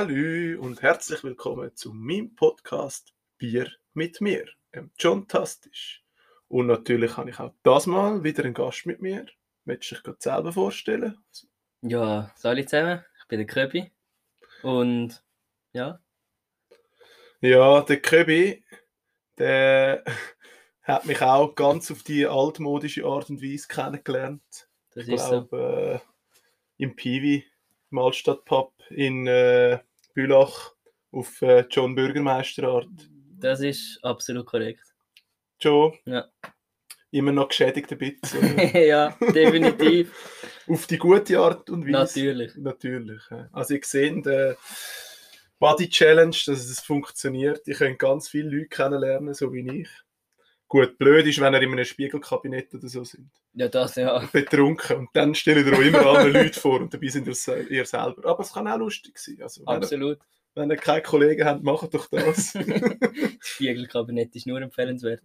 Hallo und herzlich willkommen zu meinem Podcast Bier mit mir, John Tastisch. Und natürlich habe ich auch das Mal wieder einen Gast mit mir. Möchtest du dich gerade selber vorstellen? Ja, salut zusammen, ich bin der Köbi und ja, Ja, der Köbi, der hat mich auch ganz auf die altmodische Art und Weise kennengelernt. das Ich ist so. glaube, im Piwi, im Altstadtpub in Bülach auf John Bürgermeister Art. Das ist absolut korrekt. Joe, Ja, immer noch geschädigt ein bisschen. ja, definitiv. Auf die gute Art und Weise. Natürlich. Natürlich. Ja. Also ich sehe der Body Challenge, dass es funktioniert. Ich könnt ganz viele Leute kennenlernen, so wie ich. Gut, blöd ist, wenn ihr in einem Spiegelkabinett oder so sind. Ja, das ja. Betrunken. Und dann stellt ihr euch immer andere Leute vor und dabei sind ihr selber. Aber es kann auch lustig sein. Also, Absolut. wenn ihr keine Kollegen habt, macht doch das. Das Spiegelkabinett ist nur empfehlenswert.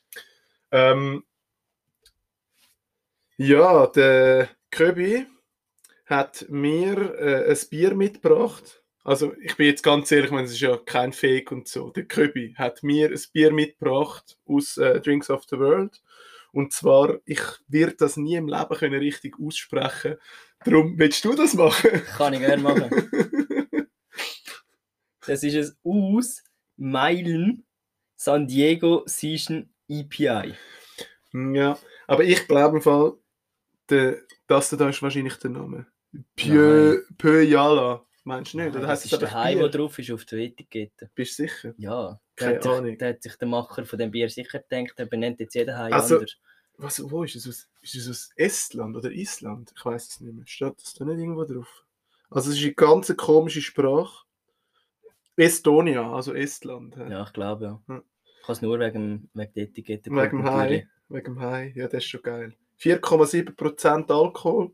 Ja, der Köbi hat mir ein Bier mitgebracht. Also ich bin jetzt ganz ehrlich, ich meine, es ist ja kein Fake und so. Der Köbi hat mir ein Bier mitgebracht aus Drinks of the World. Und zwar, ich werde das nie im Leben können richtig aussprechen. Darum, willst du das machen? Kann ich gerne machen. Das ist ein aus Meilen San Diego Season EPI. Ja, aber ich glaube im Fall, das da ist wahrscheinlich der Name. Pöjala. Meinst du nicht? Oder Das heisst ist es der einfach Hai, Bier? der drauf ist auf der Etikette. Bist du sicher? Ja, Keine Ahnung. der hat sich der Macher von dem Bier sicher gedacht, er benennt jetzt jeden Hai Also, anders. wo ist es? Ist es aus Estland oder Island? Ich weiß es nicht mehr. Steht das da nicht irgendwo drauf? Also es ist eine ganz komische Sprache. Estonia, also Estland. Ja, ich glaube ja. Hm. Ich kann es nur wegen der Etikette Wegen dem Hai. Wegen dem Hai. Ja, das ist schon geil. 4,7% Alkohol.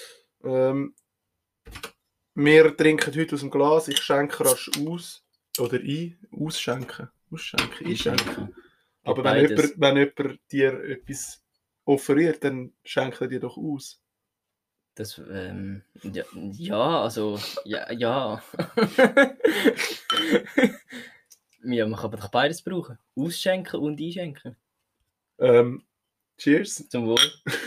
Wir trinken heute aus dem Glas. Ich schenke rasch aus. Oder ein. Ausschenken. Ausschenken. Einschenken. Aber wenn jemand dir etwas offeriert, dann schenkt er dir doch aus. Das, ja, also, ja. Ja, man kann aber doch beides brauchen. Ausschenken und einschenken. Cheers. Zum Wohl.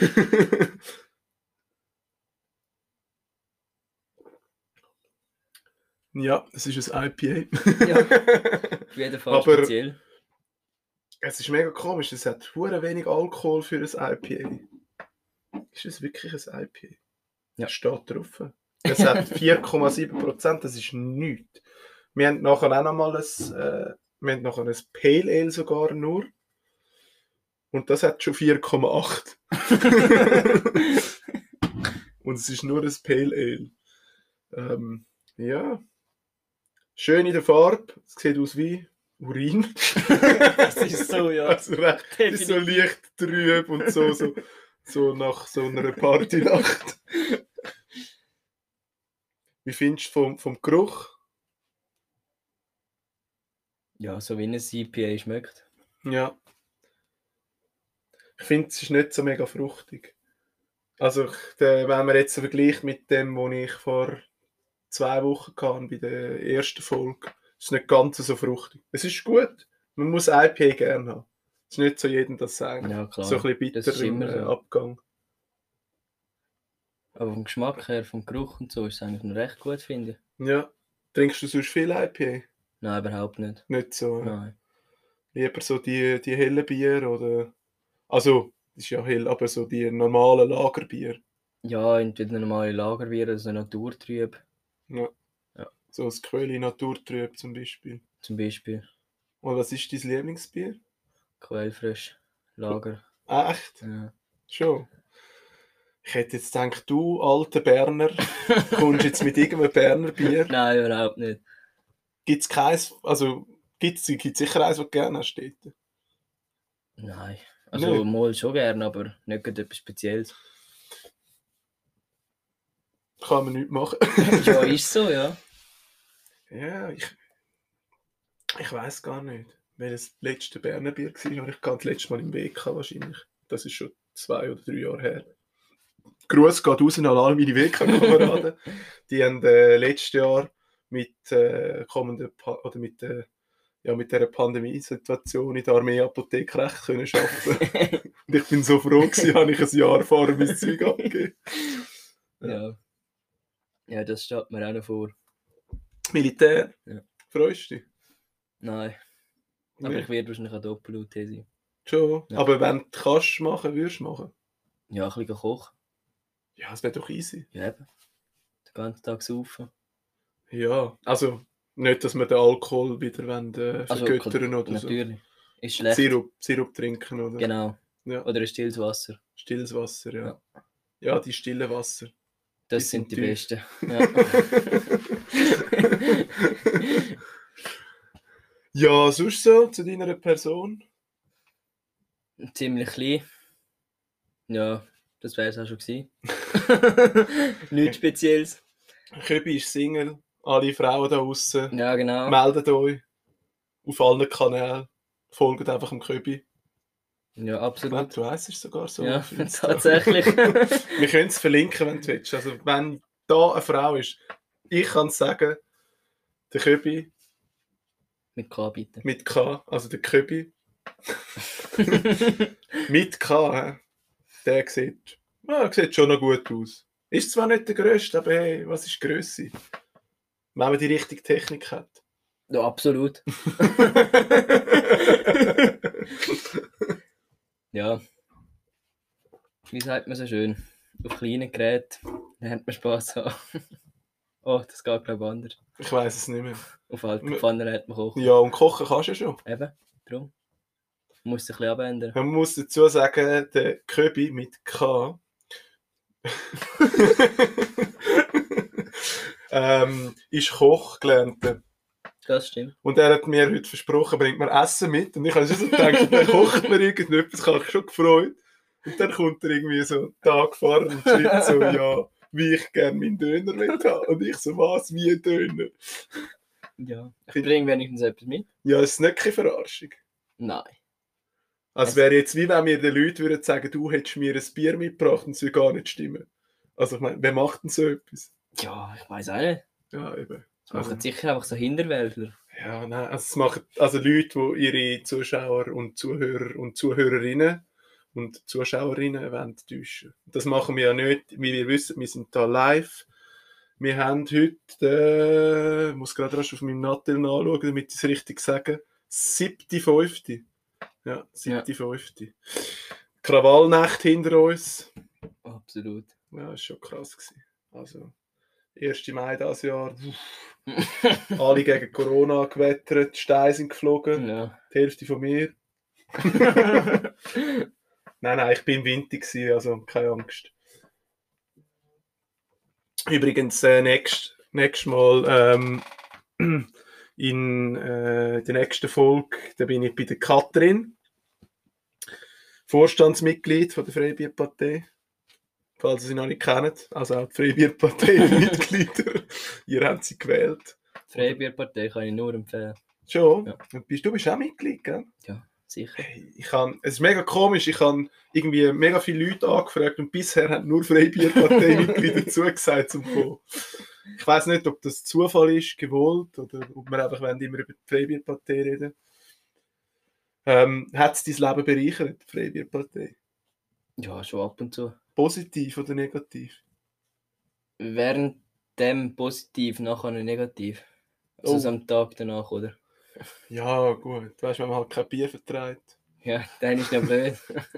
Ja, es ist ein IPA. Ja, auf jeden Fall aber speziell. Es ist mega komisch, es hat hure wenig Alkohol für ein IPA. Ist es wirklich ein IPA? Ja. Das steht drauf. Es hat 4,7%, das ist nichts. Wir haben nachher auch noch mal ein Pale Ale sogar nur. Und das hat schon 4,8. Und es ist nur ein Pale Ale. Ja. Schön in der Farbe. Es sieht aus wie Urin. Das ist so, ja. Also recht, es ist so leicht trüb und so nach so einer Partynacht. Wie findest du vom Geruch? Ja, so wie ein IPA schmeckt. Ja. Ich finde, es ist nicht so mega fruchtig. Also, wenn man jetzt vergleicht mit dem, was ich vor 2 Wochen hatte, bei der ersten Folge, ist es nicht ganz so fruchtig. Es ist gut. Man muss IPA gerne haben. Es ist nicht so jedem das sagen. Ja, klar. So ein bisschen bitter Das ist im immer so. Abgang. Aber vom Geschmack her, vom Geruch und so, ist es eigentlich noch recht gut, finde ich. Ja. Trinkst du sonst viel IPA? Nein, überhaupt nicht. Nicht so. Nein. Lieber so die hellen Bier oder. Also, das ist ja hell, aber so die normalen Lagerbier. Ja, entweder normale Lagerbier oder so Naturtrüb. Ja. Ja. So das Quelle Naturtrüb zum Beispiel. Zum Beispiel Und was ist dein Lieblingsbier? Quellfrisch, Lager. Echt? Ja. Schon. Ich hätte jetzt gedacht, du alter Berner, kommst jetzt mit irgendeinem Berner Bier. Nein, überhaupt nicht. Gibt es keins, also gibt sicher eins, was du gerne hast dort? Nein. Also mal schon gerne, aber nicht etwas Spezielles. Kann man nichts machen. Ja, ist so, ja. Ja, ich weiss gar nicht, welches letzte Berner Bier war. Ich kann das letzte Mal im WK wahrscheinlich. Das ist schon 2 oder 3 Jahre her. Gruß geht raus an alle meine WK-Kameraden. Die haben letztes Jahr mit kommenden mit dieser Pandemiesituation in der Armee-Apotheke recht können arbeiten. Und ich bin so froh gewesen, habe ich ein Jahr vorher mein Zeug abgegeben. Ja. Ja, das steht mir auch noch vor. Militär? Ja. Freust du dich? Nein. Aber Nee. ich werde wahrscheinlich eine Doppel-UT sein. Schon. Ja. Aber wenn du kannst machen, würdest du machen? Ja, ein bisschen kochen. Ja, es wäre doch easy. Ja, eben. Den ganzen Tag saufen. Ja, also nicht, dass wir den Alkohol wieder vergöttern oder natürlich. so. Ist schlecht. Sirup trinken, oder? Genau. Ja. Oder ein stilles Wasser. Stilles Wasser, ja. Ja. Ja, die stillen Wasser. Das Die sind die tief. besten. Ja. Ja, sonst so zu deiner Person? Ziemlich klein. Ja, das wäre es auch schon gewesen. Nichts Spezielles. Köbi ist Single. Alle Frauen da draußen, Ja, genau. meldet euch auf allen Kanälen. Folgt einfach dem Köbi. Ja, Ich absolut. glaube, du heisst es sogar so. Ja, auf Insta. tatsächlich. Wir können es verlinken, wenn du willst. Also, wenn da eine Frau ist, ich kann es sagen, der Köbi Mit K bitte. mit K, also der Köbi mit K, hä? Der sieht schon noch gut aus. Ist zwar nicht der Grösste, aber hey, was ist Grösse? Wenn man die richtige Technik hat. Ja, absolut. Ja. Wie sagt man so schön? Auf kleinen Geräten lernt man Spass haben. Oh, das geht glaube ich anders. Ich weiss es nicht mehr. Auf alten Pfannen lernt man kochen. Ja, und kochen kannst du ja schon. Eben, darum. Man muss sich ein bisschen abändern. Man muss dazu sagen, der Köbi mit K ist Koch gelernt. Das stimmt. Und er hat mir heute versprochen, bringt mir Essen mit. Und ich habe schon so gedacht, der kocht mir irgendetwas, ich habe mich schon gefreut. Und dann kommt er irgendwie so einen Tag vor und schreibt so, ja, wie ich gerne meinen Döner will haben. Und ich so, was, wie ein Döner? Ja. Ich bringe wenigstens etwas mit. Ja, es ist nicht keine Verarschung. Nein. Also es wäre jetzt wie wenn mir die Leute würden sagen, du hättest mir ein Bier mitgebracht und es würde gar nicht stimmen. Also ich meine, wer macht denn so etwas? Ja, ich weiß auch nicht. Ja, eben. Das machen sicher einfach so Hinterwäldler. Ja, nein, also es machen also Leute, die ihre Zuschauer und Zuhörer und Zuhörerinnen und Zuschauerinnen wollen täuschen. Das machen wir ja nicht, wie wir wissen, wir sind da live. Wir haben heute, ich muss gerade rasch auf meinem Nattel nachschauen, damit ich es richtig sage, 7.5. Ja, 7.5. Krawallnacht hinter uns. Absolut. Ja, das war schon krass gewesen. Also, 1. Mai dieses Jahr. Alle gegen Corona gewettert, die Steine sind geflogen. Ja. Die Hälfte von mir. Nein, ich bin im Winter gewesen, also keine Angst. Übrigens, nächstes Mal in der nächsten Folge, da bin ich bei der Katrin, Vorstandsmitglied von der Freibierpartei. Falls ihr sie noch nicht kennt, also auch die Freibierpartei-Mitglieder. Ihr habt sie gewählt. Die Freibierpartei kann ich nur empfehlen. Schon? Ja. Du bist auch Mitglied, gell? Ja, sicher. Hey, es ist mega komisch, ich habe irgendwie mega viele Leute angefragt und bisher haben nur Freibierpartei-Mitglieder zugesagt zum Kommen. Ich weiss nicht, ob das Zufall ist, gewollt, oder ob wir einfach immer über die Freibierpartei reden. Hat es dein Leben bereichert, die Freibierpartei? Ja, schon ab und zu. Positiv oder negativ? Während dem positiv, nachher negativ. Also so am Tag danach, oder? Ja, gut. Weißt du, wenn man halt kein Bier verträgt. Ja, dann ist noch blöd.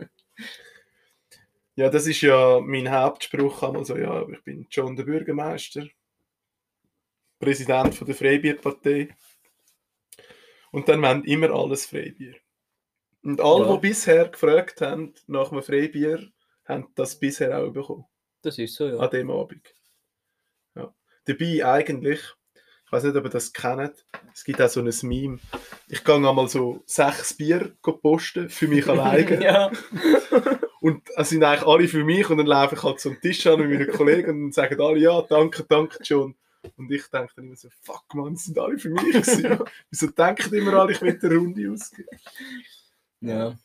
Ja, das ist ja mein Hauptspruch. Also, ja, ich bin John der Bürgermeister, Präsident von der Freibierpartei. Und dann wollen immer alles Freibier. Und alle, die bisher gefragt haben nach einem Freibier, haben das bisher auch bekommen. Das ist so, ja. An dem Abend. Ja. Dabei eigentlich, ich weiß nicht, ob ihr das kennt, es gibt auch so ein Meme. Ich gehe einmal so 6 Bier posten für mich alleine. Ja. Und es sind eigentlich alle für mich und dann laufe ich halt so einen Tisch an mit meinen Kollegen und dann sagen alle, ja, danke John. Und ich denke dann immer so, fuck man, das sind alle für mich gewesen. Wieso denken immer alle, ich will eine Runde ausgeben? Ja.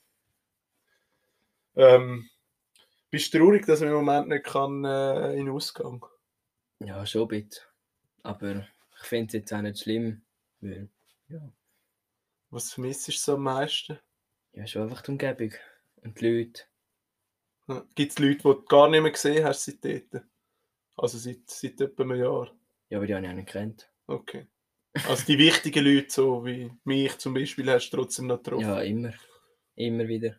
Bist du traurig, dass man im Moment nicht kann, in den Ausgang? Ja, schon ein bisschen. Aber Ich finde es jetzt auch nicht schlimm, weil, Was vermisst du so am meisten? ja, schon einfach die Umgebung und die Leute. Ja. Gibt es Leute, die du gar nicht mehr gesehen hast seitdem? Also seit etwa einem Jahr? Ja, aber die habe ich auch nicht gekannt. Okay. Also die wichtigen Leute, so wie mich zum Beispiel, hast du trotzdem noch getroffen? Ja, immer. Immer wieder.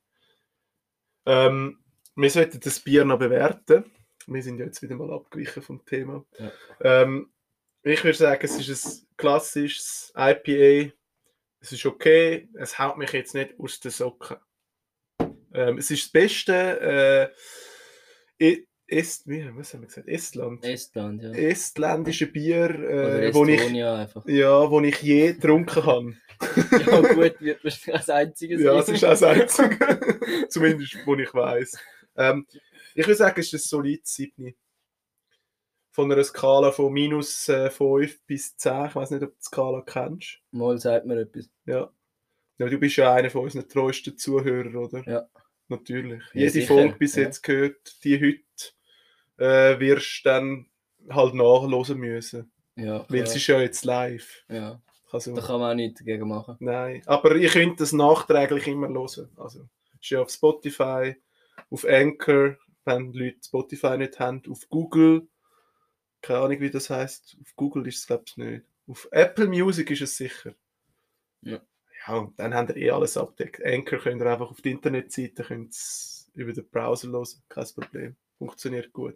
Wir sollten das Bier noch bewerten. Wir sind ja jetzt wieder mal abgewichen vom Thema. Ja. Ich würde sagen, es ist ein klassisches IPA. Es ist okay. Es haut mich jetzt nicht aus den Socken. Es ist das Beste. Was haben wir gesagt? Estland. Estland, ja. Estländische Bier, Oder wo Estonia einfach. wo ich je getrunken habe. Ja gut, wird wahrscheinlich das Einzige sein. Ja, es ist auch das Einzige. Zumindest, wo ich weiss. Ich würde sagen, es ist ein solides 7. Von einer Skala von minus 5 bis 10. Ich weiß nicht, ob du die Skala kennst. Mal sagt mir etwas. Ja. Ja, du bist ja einer von unseren treuesten Zuhörern, oder? Ja. Natürlich. Ja, Jede sicher, Folge bis ja. jetzt gehört, die heute wirst du dann halt nachhören müssen. Ja, Weil es ist ja jetzt live. ja. Also, Da kann man auch nichts dagegen machen. nein, aber ihr könnt das nachträglich immer hören. Also, ist ja auf Spotify, auf Anchor, wenn Leute Spotify nicht haben, auf Google, keine Ahnung, wie das heisst. Auf Google ist es, glaube ich, nicht. Auf Apple Music ist es sicher. Ja. Ja, und dann habt ihr alles abdeckt. Anchor könnt ihr einfach auf die Internetseite über den Browser hören, kein Problem. Funktioniert gut.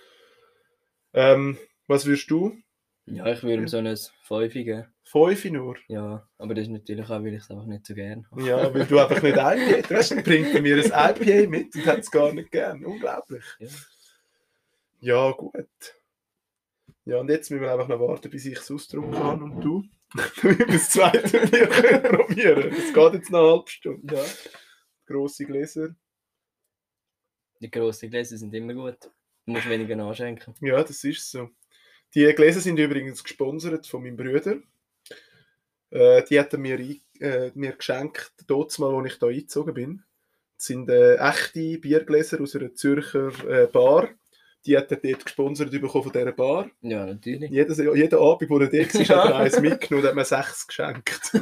Was würdest du? Ja, ich würde ihm so ein 5 geben. 5 nur? Ja, aber das ist natürlich auch, weil ich es einfach nicht so gerne habe. Ja, weil du einfach nicht IPA. Du hast, bringt mir ein IPA mit und hat es gar nicht gern. Unglaublich. Ja. Ja, gut. Ja, und jetzt müssen wir einfach noch warten, bis ich es ausdrucken kann und du. Damit wir das zweite Bier können probieren. Es geht jetzt noch eine halbe Stunde. Ja. Grosse Gläser. Die grossen Gläser sind immer gut. Du musst weniger nachschenken. Ja, das ist so. Die Gläser sind übrigens gesponsert von meinem Bruder. Die hat er mir geschenkt, dort mal, als ich da eingezogen bin. Das sind echte Biergläser aus einer Zürcher Bar. Die hat er dort gesponsert bekommen von dieser Bar. Ja, natürlich. Jeden Abend, wo er dort war, hat er eins mitgenommen und hat mir 6 geschenkt.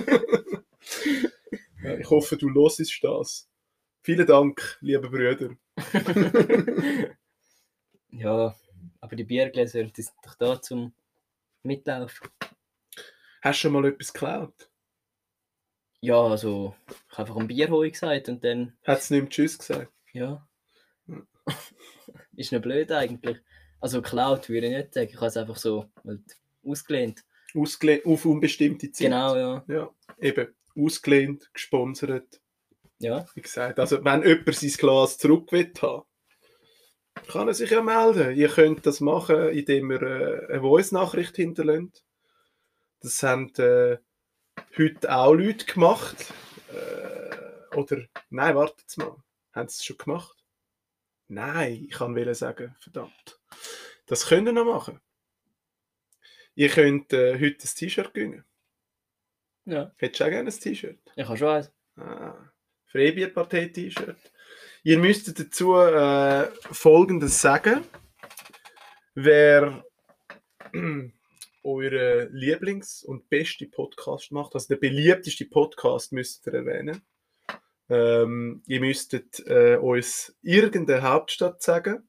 Ja, ich hoffe, du hörst das. Vielen Dank, liebe Brüder. Ja, aber die Biergläser, die sind doch da zum Mitlaufen. Hast du schon mal etwas geklaut? Ja, also, ich habe einfach ein Bierhoi gesagt und dann, Hat es nicht mehr Tschüss gesagt? ja. Hm. Ist nicht blöd eigentlich. Also, geklaut würde ich nicht sagen. Ich habe es einfach so halt ausgelehnt. Ausgelehnt auf unbestimmte Zeit? Genau, ja. Ja, eben. Ausgelehnt, gesponsert. Ja. Wie gesagt, also wenn jemand sein Glas zurück will haben, kann er sich ja melden. Ihr könnt das machen, indem ihr eine Voice-Nachricht hinterlässt. Das haben heute auch Leute gemacht. Oder, nein, wartet mal. Haben sie es schon gemacht? Nein, ich wollte sagen, verdammt. Das könnt ihr noch machen. Ihr könnt heute ein T-Shirt gewinnen. Ja. Hättest du auch gerne ein T-Shirt? Ich habe schon eins. Freibierpartei-T-Shirt. Ihr müsstet dazu Folgendes sagen. Wer euren Lieblings- und beste Podcast macht, also der beliebteste Podcast müsst ihr erwähnen. Ihr müsstet uns irgendeine Hauptstadt sagen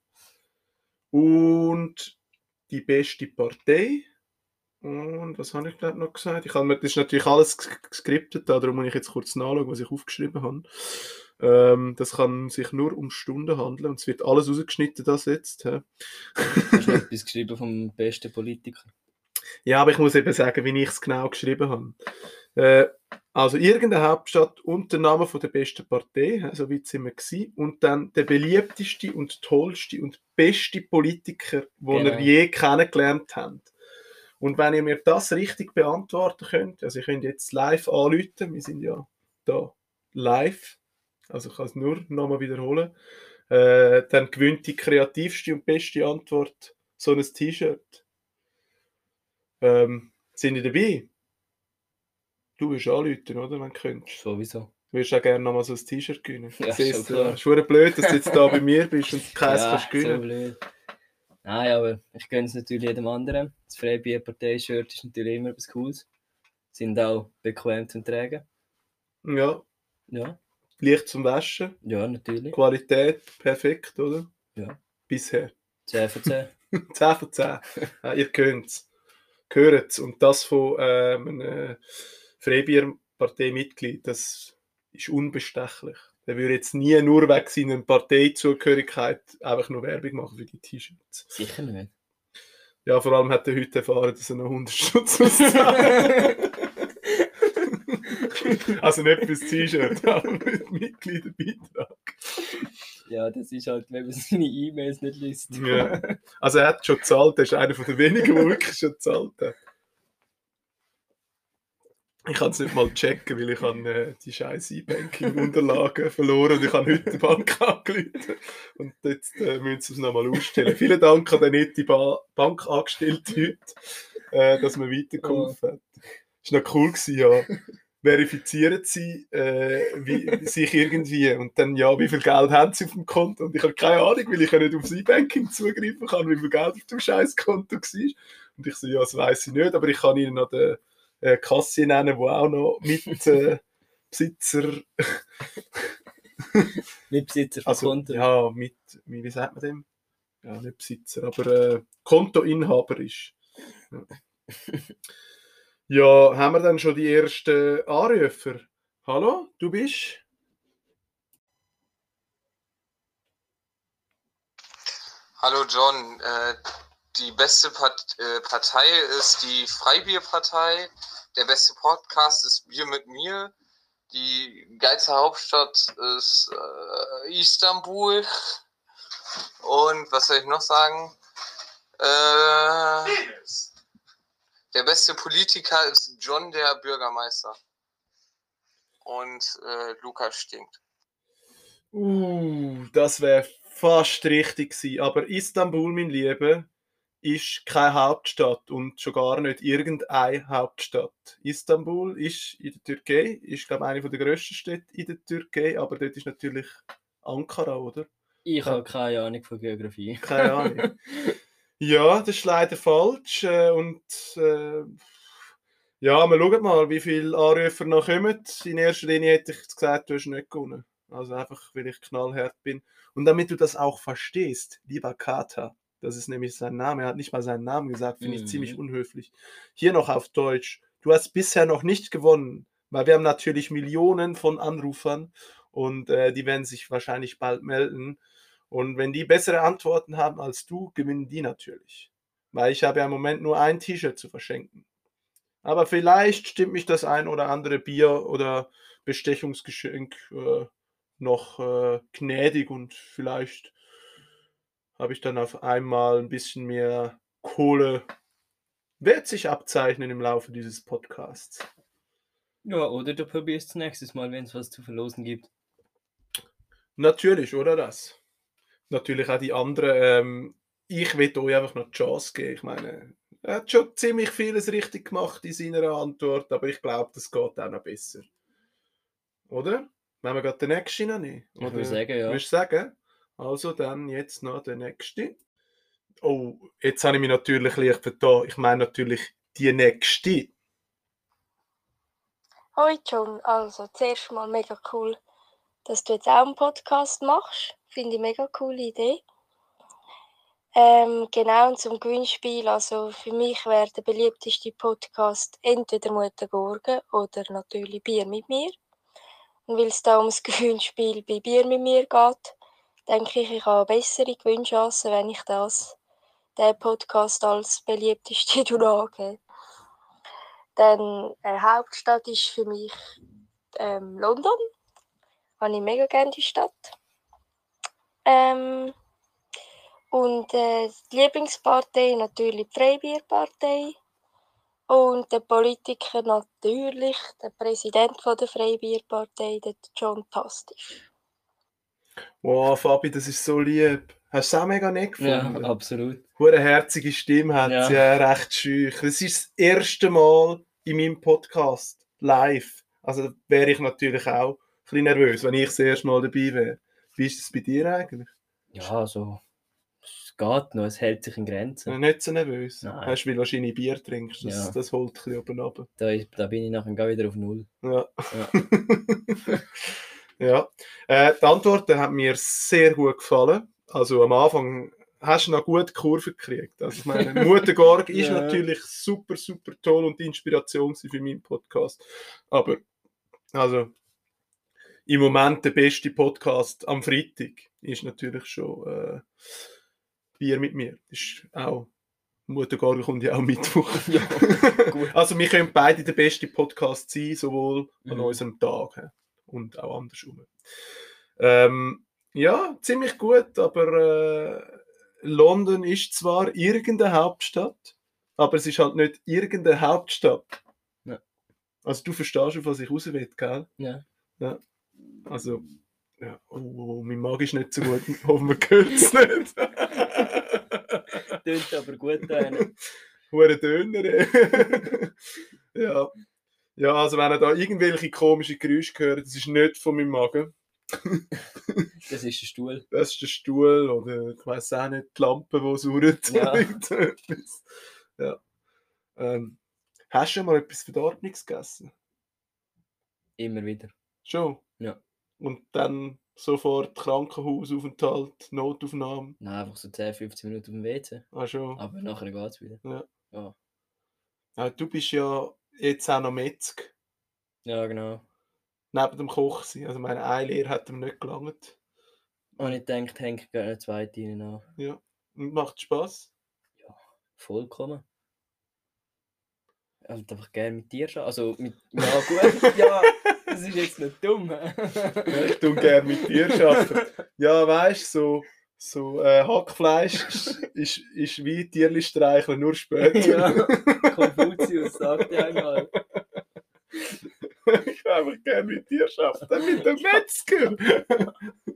und die beste Partei. Und was habe ich gerade noch gesagt? Das ist natürlich alles geskriptet, darum muss ich jetzt kurz nachschauen, was ich aufgeschrieben habe. Das kann sich nur um Stunden handeln und es wird alles rausgeschnitten, das jetzt. Hast du noch etwas geschrieben vom besten Politiker? Ja, aber ich muss eben sagen, wie ich es genau geschrieben habe. Also irgendeine Hauptstadt und der Name von der besten Partei, so weit sind wir gewesen, und dann der beliebteste und tollste und beste Politiker, den ihr je kennengelernt habt. Und wenn ihr mir das richtig beantworten könnt, also ihr könnt jetzt live anrufen, wir sind ja da live, also ich kann es nur nochmal wiederholen, dann gewinnt die kreativste und beste Antwort so ein T-Shirt. Sind ihr dabei? Du wirst anrufen, oder, wenn du könntest. Sowieso. Du würdest auch gerne nochmal so ein T-Shirt gewinnen. Ja, Siehst schon du, klar. ist verdammt blöd, dass du jetzt da bei mir bist und keins Ja, kannst gewinnen. so blöd. Nein, aber ich gönne es natürlich jedem anderen. Das Freibier-Partei-Shirt ist natürlich immer etwas Cooles. Sind auch bequem zum Tragen. Ja, Ja, leicht zum Waschen, ja, natürlich. Qualität perfekt, oder? Ja. Bisher. 10 von 10. 10 von 10. Ja, ihr könnt's. Hört's. Und das von einem Freibier-Partei-Mitglied, das ist unbestechlich. Der würde jetzt nie nur wegen seiner Parteizugehörigkeit einfach nur Werbung machen für die T-Shirts. Sicher nicht. Ja, vor allem hat er heute erfahren, dass er noch 100 Stutz muss zahlen. Also nicht fürs T-Shirt, aber für den Mitgliederbeitrag. Ja, das ist halt, wenn man seine E-Mails nicht liest. Ja. Also er hat schon gezahlt, er ist einer von den wenigen, der wirklich schon gezahlt hat. Ich kann es nicht mal checken, weil ich habe die scheiß E-Banking-Unterlagen verloren und ich habe heute die Bank angerufen. Und jetzt müssen sie es nochmal ausstellen. Vielen Dank an den netten Bankangestellten heute, dass man weitergeholfen hat. Das war noch cool gewesen, ja. Verifizieren sie sich irgendwie und dann, ja, wie viel Geld haben sie auf dem Konto? Und ich habe keine Ahnung, weil ich ja nicht aufs E-Banking zugreifen kann, wie viel Geld auf dem scheiß Konto war. Und ich so, ja, das weiss ich nicht, aber ich kann ihnen noch den Kassi nennen, der auch noch Mitbesitzer Mitbesitzer von also, Konto. ja, wie sagt man dem? Ja, nicht Besitzer, aber Kontoinhaber ist. Ja. Ja, haben wir dann schon die ersten Anrufer? Hallo, du bist? Hallo John, die beste Partei ist die Freibierpartei, der beste Podcast ist Bier mit mir, die geilste Hauptstadt ist Istanbul und was soll ich noch sagen? Der beste Politiker ist John, der Bürgermeister. Und Lukas stinkt. Das wäre fast richtig gewesen. Aber Istanbul, mein Lieber, ist keine Hauptstadt und schon gar nicht irgendeine Hauptstadt. Istanbul ist in der Türkei, ist, glaube ich, eine der grössten Städte in der Türkei, aber dort ist natürlich Ankara, oder? Ich habe keine Ahnung von Geografie. Keine Ahnung. Ja, das ist leider falsch. Ja, wir schauen mal, wie viele Anrufer noch kommen. In erster Linie hätte ich gesagt, du hast nicht gewonnen. Also einfach, weil ich knallhart bin. Und damit du das auch verstehst, lieber Kater, das ist nämlich sein Name, er hat nicht mal seinen Namen gesagt, finde ich ziemlich unhöflich. Hier noch auf Deutsch. Du hast bisher noch nicht gewonnen, weil wir haben natürlich Millionen von Anrufern und die werden sich wahrscheinlich bald melden. Und wenn die bessere Antworten haben als du, gewinnen die natürlich. Weil ich habe ja im Moment nur ein T-Shirt zu verschenken. Aber vielleicht stimmt mich das ein oder andere Bier oder Bestechungsgeschenk noch gnädig und vielleicht habe ich dann auf einmal ein bisschen mehr Kohle. Wird sich abzeichnen im Laufe dieses Podcasts. Ja, oder du probierst es nächstes Mal, wenn es was zu verlosen gibt. Natürlich, oder das? Natürlich auch die anderen. Ich will euch einfach noch die Chance geben. Ich meine, er hat schon ziemlich vieles richtig gemacht in seiner Antwort, aber ich glaube, das geht auch noch besser. Oder? Wenn wir gerade den nächsten noch nehmen? Ich würde sagen, ja. Willst du sagen? Also dann jetzt noch der nächste. Oh, jetzt habe ich mich natürlich leicht vertan. Ich meine natürlich die nächste. Hoi John, also zuerst mal mega cool, dass du jetzt auch einen Podcast machst. Finde ich mega coole Idee. Genau, und zum Gewinnspiel, also für mich wäre der beliebteste Podcast entweder Mutter Gurgen oder natürlich Bier mit mir. Und weil es da ums Gewinnspiel bei Bier mit mir geht, denke ich habe bessere Gewinnchancen, wenn ich den Podcast als beliebteste angebe. Dann Hauptstadt ist für mich London. Habe ich mega gerne die Stadt. Und die Lieblingspartei natürlich die Freibierpartei. Und der Politiker natürlich, der Präsident der Freibierpartei, der John Tastisch. Wow, Fabi, das ist so lieb. Hast du es auch mega nett gefunden? Ja, absolut. Eine herzige Stimme hat Ja. sie, ja, recht schüch. Das ist das erste Mal in meinem Podcast live. Also wäre ich natürlich auch ein bisschen nervös, wenn ich das erste Mal dabei wäre. Wie ist es bei dir eigentlich? Ja, also geht noch, es hält sich in Grenzen. Nicht so nervös. Nein. Hast du, weil du wahrscheinlich Bier trinkst. Das, Ja. das holt ein bisschen oben runter. Da bin ich nachher gar wieder auf Null. Ja. Ja. Ja. Die Antworten haben mir sehr gut gefallen. Also am Anfang hast du noch gute Kurve gekriegt. Also ich meine, Mutter ist Ja. natürlich super, super toll und die Inspiration für meinen Podcast. Aber also im Moment der beste Podcast am Freitag ist natürlich schon Bier mit mir. Ist auch Mutter kommt ja auch Mittwoch. Ja, gut. Also wir können beide der beste Podcast sein, sowohl an Mhm. unserem Tag und auch andersrum. Ja, ziemlich gut, aber London ist zwar irgendeine Hauptstadt, aber es ist halt nicht irgendeine Hauptstadt. Ja. Also du verstehst, auf was ich raus will, gell? Ja. Ja. Also, ja. Oh, mein Magen ist nicht so gut. Hoffen wir hört es nicht. Tönt aber gut an. Hure Döner. Ja. Ja, also wenn ihr da irgendwelche komischen Geräusche hört, das ist nicht von meinem Magen. Das ist der Stuhl. Das ist der Stuhl oder ich weiß auch nicht, die Lampe, die surrt. Ja. Ja. Hast du schon mal etwas Verdorbenes gegessen? Immer wieder. Schon? Ja. Und dann sofort Krankenhausaufenthalt, Notaufnahme? Nein, einfach so 10, 15 Minuten auf dem WC. Ah, schon. Aber nachher geht es wieder. Ja. Ja. Ja, du bist ja jetzt auch noch Metzger. Ja, genau. Neben dem Koch sein. Also meine eine Lehre hat ihm nicht gelangt. Und ich denke, hängt gerne eine zweite rein an. Ja. Und macht Spaß. Vollkommen. Also einfach gerne mit dir schon. Also mit. Ja, gut. Ja, das ist jetzt nicht dumm. Ja, ich tue gerne mit dir arbeiten. Ja, weißt du, so Hackfleisch ist wie Tierli streicheln, nur später. Ja, Konfuzius sagt ja einmal. Ich will einfach gerne mit dir arbeiten, mit dem Metzger.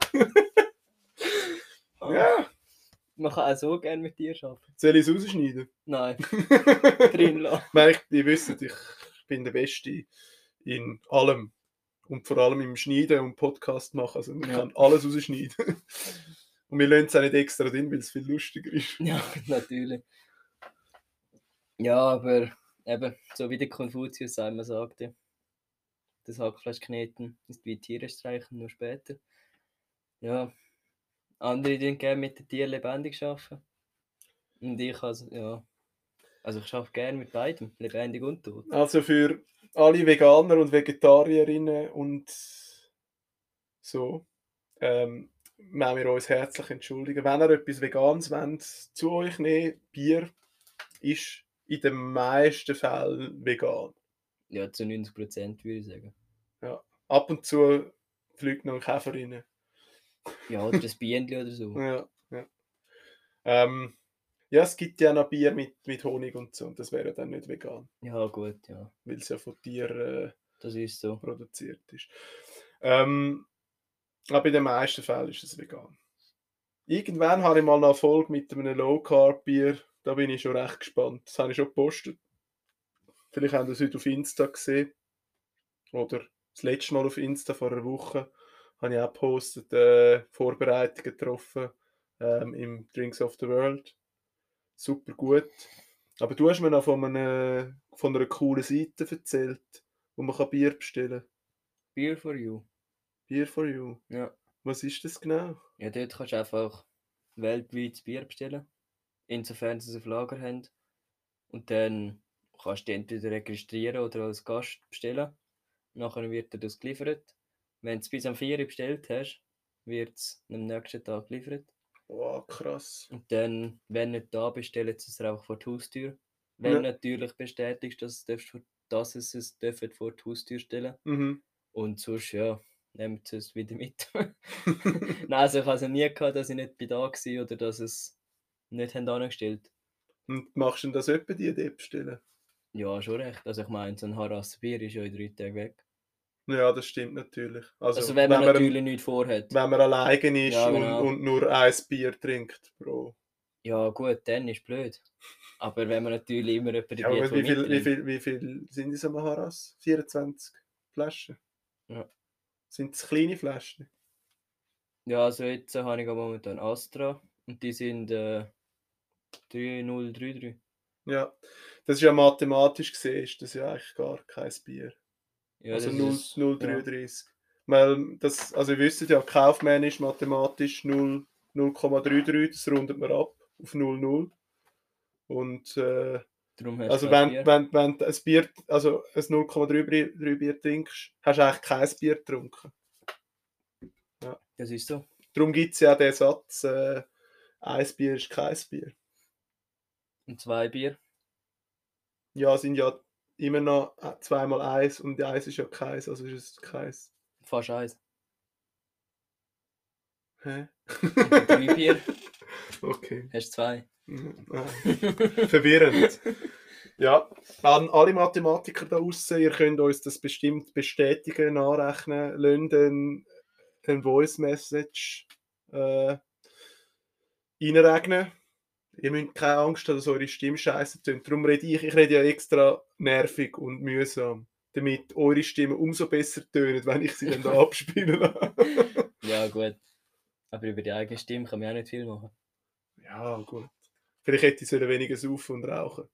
Ja, Man kann auch so gerne mit dir arbeiten. soll ich es rausschneiden? Nein, drin lassen. Nein, ihr wisst, ich bin der Beste in allem. Und vor allem im Schneiden und Podcast machen. Also man Ja. kann alles rausschneiden. Und wir lassen es auch nicht extra drin, weil es viel lustiger ist. Ja, natürlich. Ja, aber eben, so wie der Konfuzius einmal sagte, das Hackfleisch kneten ist wie Tiere streichen, nur später. Ja, andere die gerne mit den Tieren lebendig arbeiten. Und ich also, ja. Also ich arbeite gerne mit beidem, lebendig und tot. Also für alle Veganer und Vegetarierinnen und so, wollen wir uns herzlich entschuldigen. Wenn ihr etwas Veganes wollt, zu euch nehmen, Bier ist in den meisten Fällen vegan. Ja, zu 90% würde ich sagen. Ab und zu fliegt noch ein Käfer rein. Ja, oder ein Bienchen oder so. Ja, ja. Ja, es gibt ja noch Bier mit Honig und so, und das wäre dann nicht vegan, Ja, gut, ja. weil es ja von Tieren Das ist so. produziert ist. Aber in den meisten Fällen ist es vegan. Irgendwann habe ich mal eine Folge mit einem Low-Carb-Bier, da bin ich schon recht gespannt. Das habe ich schon gepostet. Vielleicht haben Sie es heute auf Insta gesehen. Oder das letzte Mal auf Insta vor einer Woche habe ich auch gepostet, Vorbereitungen getroffen im Drinks of the World. Super gut. Aber du hast mir noch von einer coolen Seite erzählt, wo man Bier bestellen kann. Beer for you. Beer for you. Ja. Was ist das genau? Ja, dort kannst du einfach weltweit Bier bestellen. Insofern sie es auf Lager haben. Und dann kannst du dich entweder registrieren oder als Gast bestellen. Nachher wird dir das geliefert. Wenn du es bis am 4 Uhr bestellt hast, wird es am nächsten Tag geliefert. Wow, krass. Und dann, wenn nicht da, bestellen sie es dir einfach vor die Haustür. Wenn Ja. natürlich bestätigst, dass es es dürfen vor die Haustür stellen. Mhm. Und sonst, ja, nehmt es wieder mit. Nein, also ich habe es noch nie gehabt, dass ich nicht bei da war oder dass es nicht haben angestellt. Und machst du denn das etwa die Idee bestellen? Ja, schon recht. Also ich meine, so ein Harassenbier ist ja in 3 Tagen weg. Ja, das stimmt natürlich. Also wenn man natürlich nichts vorhat. Wenn man alleine ist Ja, genau. und nur ein Bier trinkt pro. Ja gut, dann ist blöd. Aber wenn man natürlich immer jemanden Ja, dabei aber hat, der wie viel sind in so einem Haras? 24 Flaschen? Ja. Sind es kleine Flaschen? Ja, also jetzt habe ich momentan Astra und die sind 3-0-3-3. Ja, das ist ja mathematisch gesehen, ist das ja eigentlich gar kein Bier. Ja, Also das ist, 0,33. Weil das, also ihr wisst ja, kaufmännisch, mathematisch 0,33, das rundet man ab auf 0,0. Und darum hast also du kein Bier. wenn du ein Bier, also ein 0,3 Bier trinkst, hast du eigentlich kein Bier getrunken. Das ist so. Darum gibt es ja den Satz, ein Bier ist kein Bier. Und 2 Bier. Ja, sind ja immer noch 2 mal 1 und 1 ist ja keins, also ist es keins. Fast 1. Hä? 3 Bier. Okay. Hast 2. Verwirrend. Ja, an alle Mathematiker da draussen, ihr könnt uns das bestimmt bestätigen, nachrechnen, lasst eine Voice Message reinrechnen. Ihr müsst keine Angst haben, dass eure Stimme scheiße tönt. Darum rede ich rede ja extra nervig und mühsam, damit eure Stimme umso besser tönt, wenn ich sie dann da abspielen lasse. Ja, gut. Aber über die eigene Stimme kann man auch nicht viel machen. Ja, gut. Vielleicht hätte ich weniger saufen und rauchen.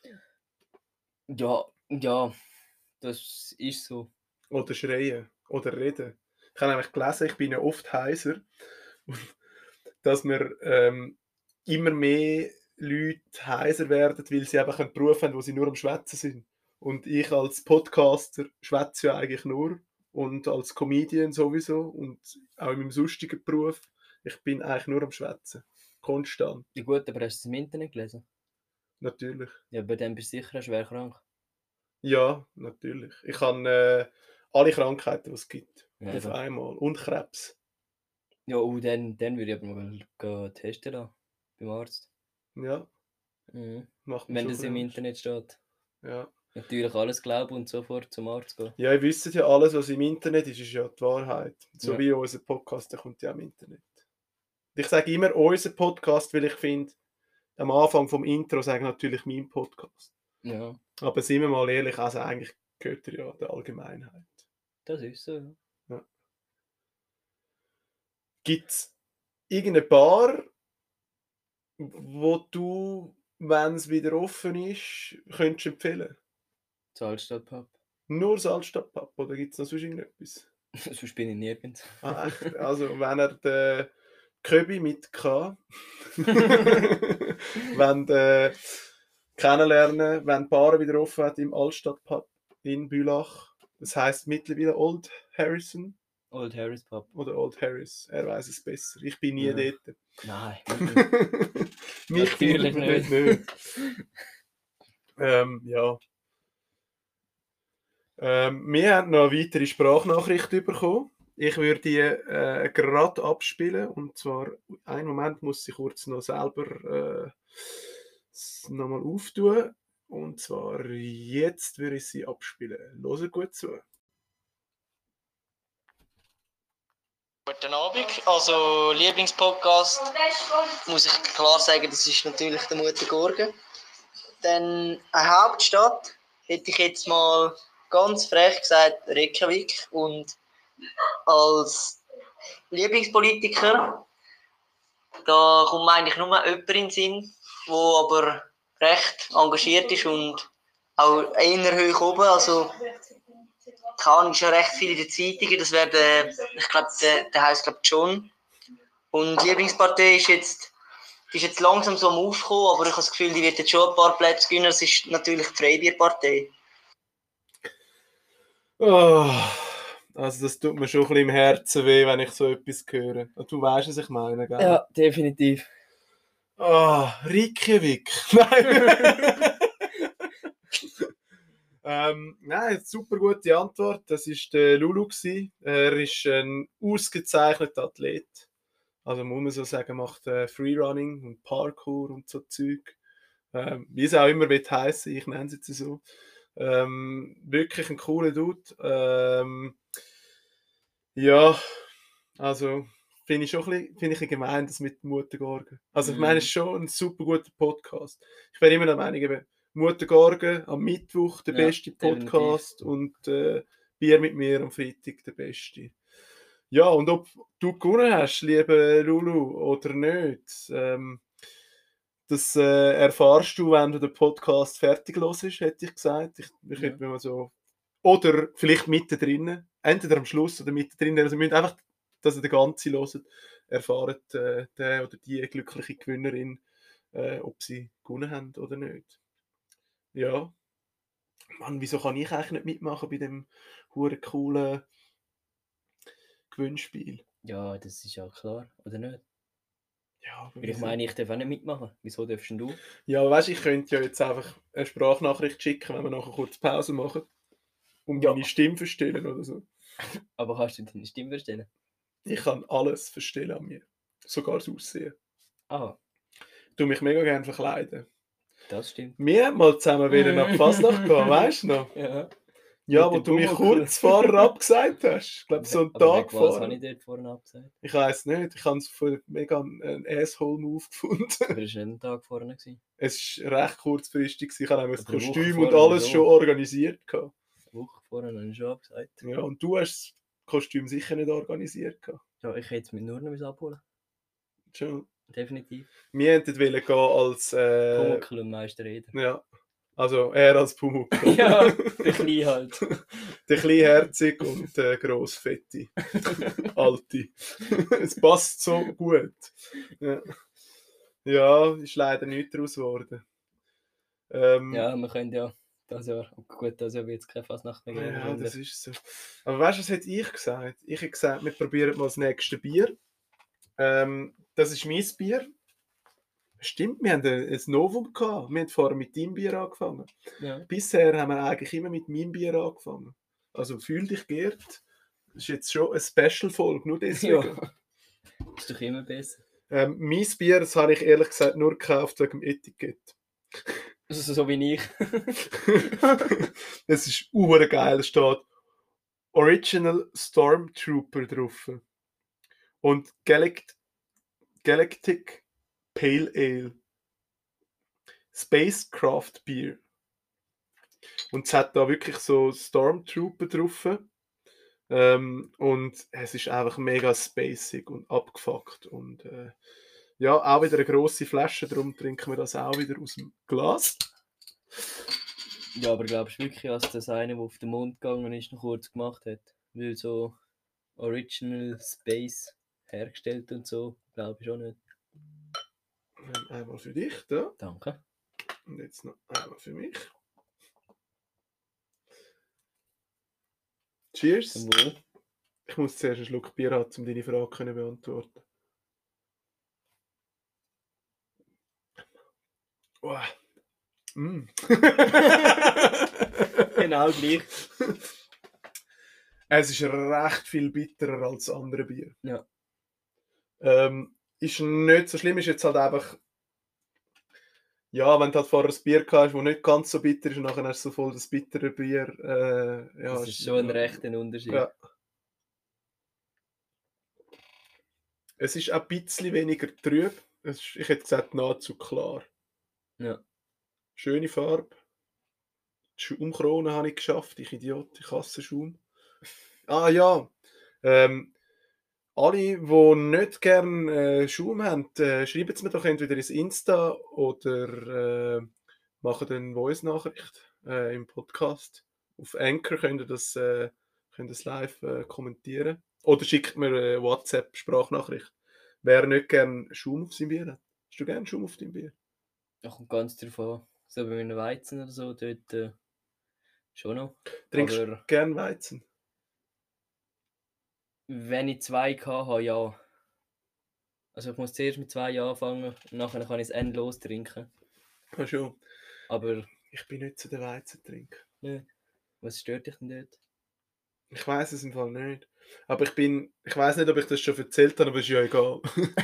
Ja, das ist so. Oder schreien. Oder reden. Ich habe nämlich gelesen, ich bin ja oft heiser, dass wir immer mehr Leute heiser werden, weil sie einfach einen Beruf haben, wo sie nur am Schwätzen sind. Und ich als Podcaster schwätze ja eigentlich nur. Und als Comedian sowieso. Und auch in meinem sonstigen Beruf. Ich bin eigentlich nur am Schwätzen. Konstant. Ja gut, aber hast du es im Internet gelesen? Natürlich. Ja, bei dem bist du sicher schwer krank. Ja, natürlich. Ich habe alle Krankheiten, die es gibt. Ja, Auf eben. einmal. Und Krebs. Ja, dann würde ich aber mal gehen testen da, beim Arzt. Ja, Mhm. macht mir Wenn schon das ein im bisschen Angst. Internet steht. Ja. Natürlich alles glauben und sofort zum Arzt gehen. Ja, ihr wisst ja, alles, was im Internet ist, ist ja die Wahrheit. So Ja. wie unser Podcast, der kommt ja im Internet. Ich sage immer unser Podcast, weil ich finde, am Anfang vom Intro sage ich natürlich mein Podcast. Ja, Aber sind wir mal ehrlich, also eigentlich gehört er ja der Allgemeinheit. das ist so. Ja. Ja. Gibt es irgendeine Bar, wo du, wenn es wieder offen ist, könntest empfehlen? Salzstadtpub. Nur Salzstadtpub oder gibt es noch sonst irgendetwas? Sonst bin ich nirgends. Ah, echt? Also wenn er den Köbi mit K wenn kennenlernen, wenn die Bar wieder offen hat im Altstadtpub in Bülach. Das heisst mittlerweile Old Harrison Old Harris Pub. oder Old Harris. Er weiß es besser. Ich bin nie Ja. dort. Nein. Mich Natürlich findet man nicht. Ja. Wir haben noch eine weitere Sprachnachricht bekommen. Ich würde die gerade abspielen. Und zwar, einen Moment muss ich kurz noch selber nochmal auftun. Und zwar jetzt würde ich sie abspielen. Hört gut zu. Guten Abend. Also Lieblingspodcast muss ich klar sagen, das ist natürlich der Muttergurgen. Dann eine Hauptstadt hätte ich jetzt mal ganz frech gesagt Reykjavik, und als Lieblingspolitiker da kommt mir eigentlich nur jemand in den Sinn, der aber recht engagiert ist und auch eher hoch oben, also kann schon recht viel in den Zeitungen. Das wäre ich glaube, der heisst glaube John. Und die Lieblingspartei ist jetzt langsam so am Aufkommen, aber ich habe das Gefühl, die wird jetzt schon ein paar Plätze gewinnen. Das ist natürlich die Freibierpartei. Oh, also das tut mir schon ein bisschen im Herzen weh, wenn ich so etwas höre. Du weißt, was ich meine, gell? Ja, definitiv. Reykjavik. Nein. Nein, super gute Antwort. Das war der Lulu. Er ist ein ausgezeichneter Athlet. Also muss man so sagen, macht Freerunning und Parkour und so Zeug. Wie es auch immer wird heißen, ich nenne es jetzt so. Wirklich ein cooler Dude. Ja, also finde ich schon ein bisschen gemein, das mit Muttergorgen. Also ich meine, es ist schon ein super guter Podcast. Ich bin immer der Meinung, eben, Muttergorgen am Mittwoch der Ja, beste Podcast und Bier mit mir am Freitag der beste. Ja, und ob du gewonnen hast, liebe Lulu, oder nicht, Das erfahrst du, wenn der Podcast fertig los ist, hätte ich gesagt. Ich hätte mir mal so... Oder vielleicht mittendrin. Entweder am Schluss oder mittendrin. Also wir müssen einfach, dass ihr den ganzen hört, erfahren der oder die glückliche Gewinnerin, ob sie gewonnen haben oder nicht. Ja. Mann, wieso kann ich eigentlich nicht mitmachen bei dem hure coolen Gewinnspiel? Ja, das ist ja klar, oder nicht? Ja, Weil ich meine, ich darf auch nicht mitmachen. Wieso darfst denn du? ja, weißt du, ich könnte ja jetzt einfach eine Sprachnachricht schicken, wenn wir nachher kurz Pause machen. Und Ja. meine Stimme verstellen oder so. Aber kannst du deine Stimme verstehen? Ich kann alles verstellen an mir. Sogar das Aussehen. Ah, Ich tue mich mega gerne verkleiden. das stimmt. Wir haben mal zusammen wieder nach Fasnacht gehen, weißt du noch? Ja. Ja, Mit wo dem du mich Pumuckl. kurz vorher abgesagt hast. Ich glaube, so einen Aber Tag wegen was habe vorher. ich dort vorne abgesagt? Ich weiss nicht. Ich habe es für mega einen Asshole-Move gefunden. Aber das war nicht einen Tag vorne. Gewesen. Es war recht kurzfristig. Ich habe nämlich das Oder eine Woche Kostüm und vorher, alles so. schon organisiert gehabt. Eine Woche vorne habe ich schon abgesagt. Ja, und du hast das Kostüm sicher nicht organisiert gehabt. Ja, ich hätte es mit nur noch abholen. Schon. Definitiv. Wir wollten dort gehen als... Pumuckl und Meister Eder. ja. Also er als Pumuckl. Ja, der Kleine halt. Der kleinherzig und der grossfette. Alte. Es passt so gut. Ja, ja ist leider nichts daraus geworden. Ja, wir können ja das Jahr. Gut, das Jahr wird es keine Fasnacht mehr geben. ja, wahrscheinlich. das ist so. Aber weißt du, was hätte ich gesagt? Ich hätte gesagt, wir probieren mal das nächste Bier. Das ist mein Bier. Stimmt, wir haben ein Novum gehabt. Wir haben vorher mit deinem Bier angefangen. Ja. Bisher haben wir eigentlich immer mit meinem Bier angefangen. Also fühl dich geehrt. Das ist jetzt schon eine Special-Folge, nur deswegen. Ja. Ist doch immer besser. Mein Bier, das habe ich ehrlich gesagt nur gekauft wegen dem Etikett. Also so wie ich. Es ist geil, da steht Original Stormtrooper drauf. Und Galactic Pale Ale. Spacecraft Beer. Und es hat da wirklich so Stormtrooper drauf. Und es ist einfach mega spacig und abgefuckt. Und ja, auch wieder eine grosse Flasche, darum trinken wir das auch wieder aus dem Glas. Ja, aber glaubst du wirklich, dass das eine, der auf den Mond gegangen ist, noch kurz gemacht hat? Weil so Original Space hergestellt und so, glaube ich auch nicht. Einmal für dich, da. Danke. Und jetzt noch einmal für mich. Cheers. Zum Wohl. Ich muss zuerst einen Schluck Bier haben, um deine Frage zu beantworten. Oh. Mm. Genau gleich. Es ist recht viel bitterer als andere Bier. Ja. Ist nicht so schlimm, ist jetzt halt einfach... Ja, wenn du halt vorher ein Bier gehabt hast, das nicht ganz so bitter ist und nachher hast du so voll das bittere Bier. Ja, Das ist schon ein rechter Unterschied. Ja. Es ist auch ein bisschen weniger trüb. Ich hätte gesagt, nahezu klar. Ja. Schöne Farbe. Die Schaumkrone habe ich geschafft. Ich Idiot, ich hasse Schaum. Ah ja. Alle, die nicht gerne Schaum haben, schreiben es mir doch entweder ins Insta oder machen eine Voice-Nachricht im Podcast. Auf Anchor könnt ihr das live kommentieren. Oder schickt mir eine WhatsApp-Sprachnachricht. Wer nicht gerne Schaum auf seinem Bier hat. Hast du gerne Schaum auf deinem Bier? Da kommt ganz drauf an. So bei einem Weizen oder so, dort schon noch. Trinkst Aber du gerne Weizen? wenn ich 2 habe, ja. Also ich muss zuerst mit 2 anfangen und nachher kann ich es endlos trinken. Ja, schon. Aber Ich bin nicht so der Weizentrinker. was stört dich denn dort? Ich weiß es im Fall nicht. Aber ich weiß nicht, ob ich das schon erzählt habe, aber ist ja egal.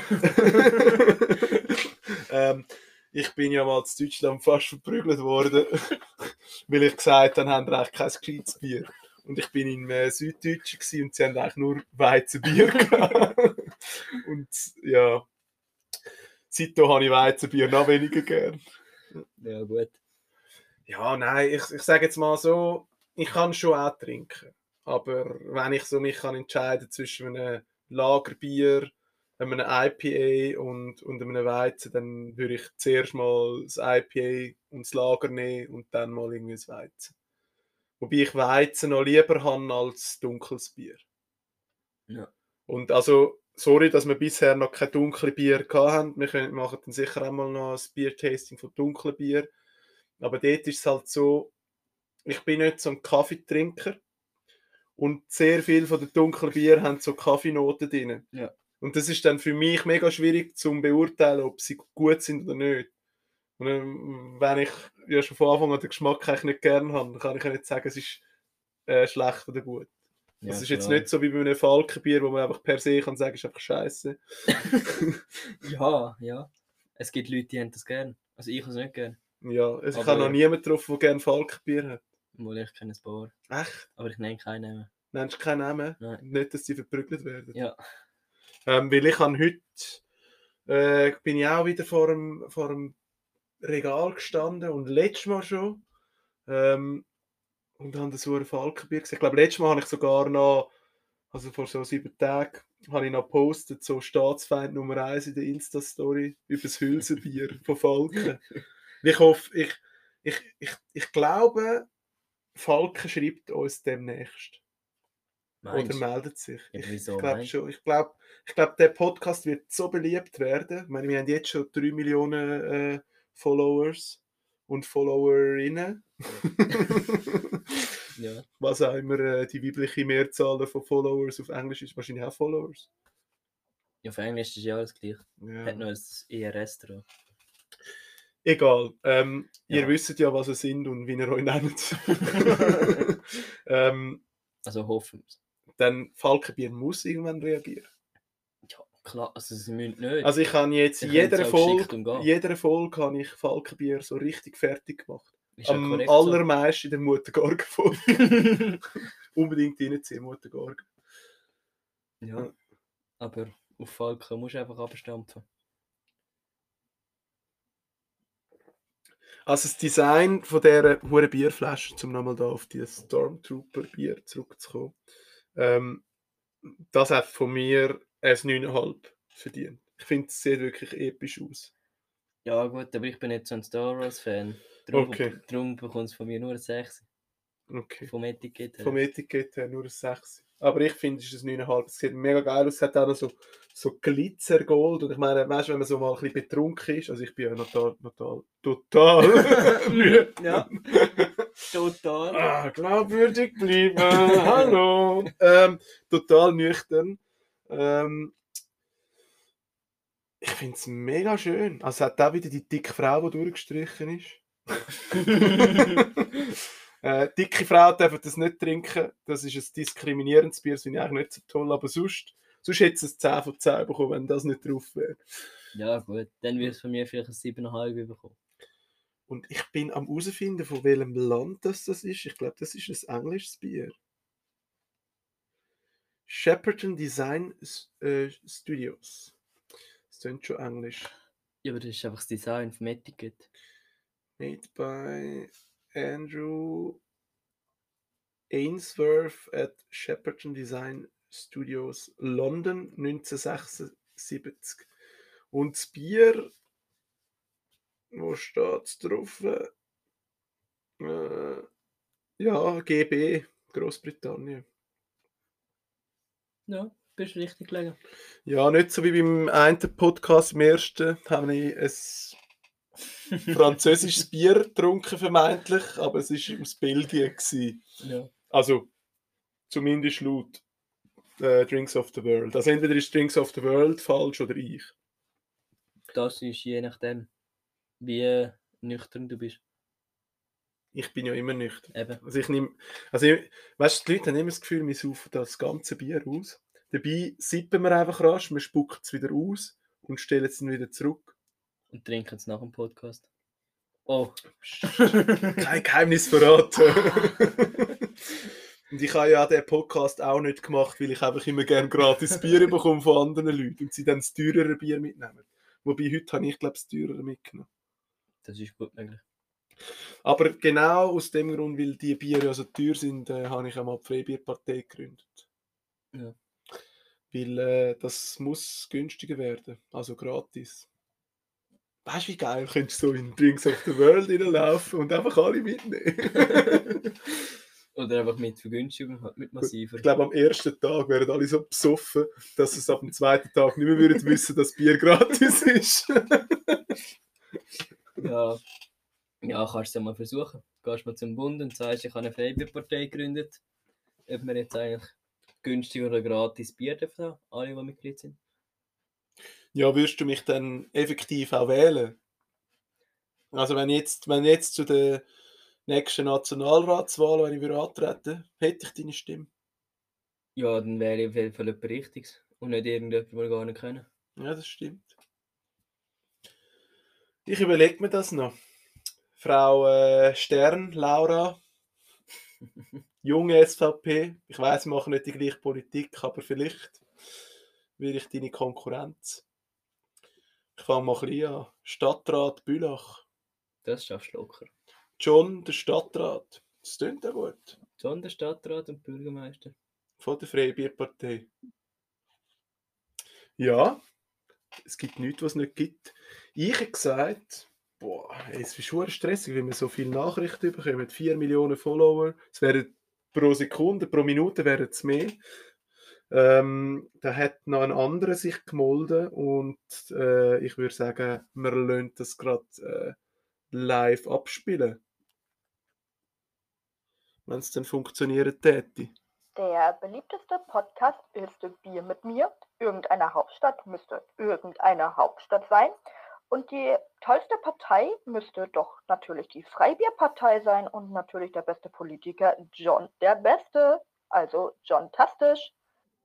Ich bin ja mal in Deutschland fast verprügelt worden, weil ich gesagt habe, haben wir eigentlich kein gescheites Bier. Und ich bin in Süddeutschen gewesen und sie haben eigentlich nur Weizenbier gehabt. Und ja, seitdem habe ich Weizenbier noch weniger gern. Ja gut. Ja, nein, ich sage jetzt mal so, ich kann schon auch trinken. Aber wenn ich so mich kann entscheiden zwischen einem Lagerbier, einem IPA und einem Weizen, dann würde ich zuerst mal das IPA und das Lager nehmen und dann mal irgendwie das Weizen. Wobei ich Weizen noch lieber habe als dunkles Bier. Ja. Und also, sorry, dass wir bisher noch kein dunkles Bier hatten. Machen dann sicher auch mal noch ein Bier-Tasting von dunklen Bier. Aber dort ist es halt so, ich bin nicht so ein Kaffeetrinker. Und sehr viel von den dunklen Bier haben so Kaffeenoten drin. Ja. Und das ist dann für mich mega schwierig zu beurteilen, ob sie gut sind oder nicht. Und wenn ich ja schon von Anfang an den Geschmack eigentlich nicht gerne habe, dann kann ich ja nicht sagen, es ist schlecht oder gut. Ja, Das ist jetzt klar. nicht so wie bei einem Falkenbier, wo man einfach per se kann sagen, ist einfach scheiße. Ja. Es gibt Leute, die haben das gern. Also ich habe es nicht gern. Ja, also ich Aber- habe noch niemanden getroffen, der gerne Falkenbier hat. Mal ich kenne ein paar. Echt? Aber ich nenne keinen Namen. Nennst du keinen Namen? Nein. Nicht, dass sie verprügelt werden. Ja. Weil ich habe heute, bin ich auch wieder vor dem Regal gestanden und letztes Mal schon. Und habe das so ein Falkenbier gesehen. Ich glaube, letztes Mal habe ich sogar noch, also vor so 7 Tagen, habe ich noch gepostet, so Staatsfeind Nummer 1 in der Insta-Story über das Hülsenbier von Falken. Ich hoffe, ich glaube, Falken schreibt uns demnächst. Meinst Oder du? meldet sich. Ja, Ich wieso glaube meinst schon. Ich glaube, der Podcast wird so beliebt werden. Ich meine, wir haben jetzt schon 3 Millionen Followers und Followerinnen. Ja. Was auch immer die weibliche Mehrzahl von Followers auf Englisch ist. Wahrscheinlich auch Followers. Ja, auf Englisch ist es ja alles gleich. Ja. Hat noch ein ERS dran. Egal. Ihr Ja. wisst ja, was ihr sind und wie ihr euch nennt. Also hoffen wir es. Dann Falkenbier muss irgendwann reagieren. Ja, klar, also sie müssen nicht. Also ich habe jetzt in Dann können sie jeder auch Folge habe ich Falkenbier so richtig fertig gemacht. Ist ja Am korrekt allermeisten in der Muttergorgen-Folge. Unbedingt reinziehen, Muttergorgen. so. Ja. Aber auf Falken musst du einfach abstampfen. Also das Design von dieser hure Bierflasche, um nochmal da auf die Stormtrooper-Bier zurückzukommen, das hat von mir ein 9,5 verdient. Ich finde, es sieht wirklich episch aus. Ja gut, aber ich bin nicht so ein Star Wars-Fan. Darum, Okay. darum bekommt es von mir nur ein 6. Okay. Vom Etikett her. Vom Etikett her nur ein 6. Aber ich finde, es ist ein 9,5. Es sieht mega geil aus. Es hat auch noch so Glitzergold. Und ich meine, weißt du, wenn man so mal ein bisschen betrunken ist, also ich bin ja total Ja. Total. glaubwürdig bleiben. Hallo. Total nüchtern. Ich finde es mega schön. Also es hat auch wieder die dicke Frau, die durchgestrichen ist. Dicke Frauen dürfen das nicht trinken. Das ist ein diskriminierendes Bier, das finde ich eigentlich nicht so toll. Aber sonst hätte es ein 10 von 10 bekommen, wenn das nicht drauf wäre. Ja gut, dann würde es von mir vielleicht ein 7,5 bekommen. Und ich bin am herausfinden, von welchem Land das ist. Ich glaube, das ist ein englisches Bier. Shepperton Design Studios. Das klingt schon englisch. Ja, aber das ist einfach das Design vom Etikett. Made by Andrew Ainsworth at Shepperton Design Studios, London 1976. Und das Bier, wo steht es drauf? Ja, GB, Großbritannien. Ja, bist richtig gelegen. Ja, nicht so wie beim einen Podcast, im ersten, habe ich ein französisches Bier getrunken, vermeintlich, aber es war aus Belgien gewesen. Ja. Also, zumindest laut Drinks of the World. Also entweder ist Drinks of the World falsch oder ich. Das ist je nachdem, wie nüchtern du bist. Ich bin ja immer nüchtern. Eben. Weißt du, die Leute haben immer das Gefühl, wir saufen das ganze Bier aus. Dabei sippen wir einfach rasch, man spuckt es wieder aus und stellen es dann wieder zurück. Und trinken es nach dem Podcast. Oh. Kein Geheimnis verraten. Und ich habe ja den Podcast auch nicht gemacht, weil ich einfach immer gerne gratis Bier bekomme von anderen Leuten und sie dann das teurere Bier mitnehmen. Wobei heute habe ich, glaube ich, das teurere mitgenommen. Das ist gut möglich. Aber genau aus dem Grund, weil die Biere ja so teuer sind, habe ich einmal die Freibierpartei gegründet. Ja. Weil das muss günstiger werden, also gratis. Weißt du, wie geil? Könntest du so in Drinks of the World reinlaufen und einfach alle mitnehmen. Oder einfach mit Vergünstigung, halt mit massiver. Ich glaube, am ersten Tag wären alle so besoffen, dass sie es ab dem zweiten Tag nicht mehr würden wissen, dass Bier gratis ist. Ja, ja, kannst du es ja mal versuchen. Gehst mal zum Bund und sagst, ich habe eine Freibierpartei gegründet. Ob wir jetzt eigentlich günstig oder gratis Bier dürfen haben, alle, die Mitglied sind. Ja, würdest du mich dann effektiv auch wählen? Also wenn jetzt zu der nächsten Nationalratswahl, wenn ich würde antreten, hätte ich deine Stimme. Ja, dann wäre ich auf jeden Fall etwas Richtiges. Und nicht irgendjemand, den wir gar nicht kennen. Ja, das stimmt. Ich überlege mir das noch. Frau Stern, Laura, junge SVP. Ich weiss, wir machen nicht die gleiche Politik, aber vielleicht werde ich deine Konkurrenz. Ich fange mal ein bisschen an. Stadtrat Bülach. Das schaffst du locker. John, der Stadtrat. Das klingt ja gut. John, der Stadtrat und Bürgermeister. Von der Freibierpartei. Ja, es gibt nichts, was es nicht gibt. Ich habe gesagt, boah, es ist schon stressig, wenn wir so viele Nachrichten bekommen. 4 Millionen Follower. Es wären pro Sekunde, pro Minute wären es mehr. Da hat noch ein anderer sich gemolden und ich würde sagen, wir lassen das gerade live abspielen. Wenn es dann funktionieren täte. Der beliebteste Podcast ist Bier mit mir. Irgendeine Hauptstadt müsste irgendeine Hauptstadt sein. Und die tollste Partei müsste doch natürlich die Freibierpartei sein und natürlich der beste Politiker John der Beste, also John Tastisch.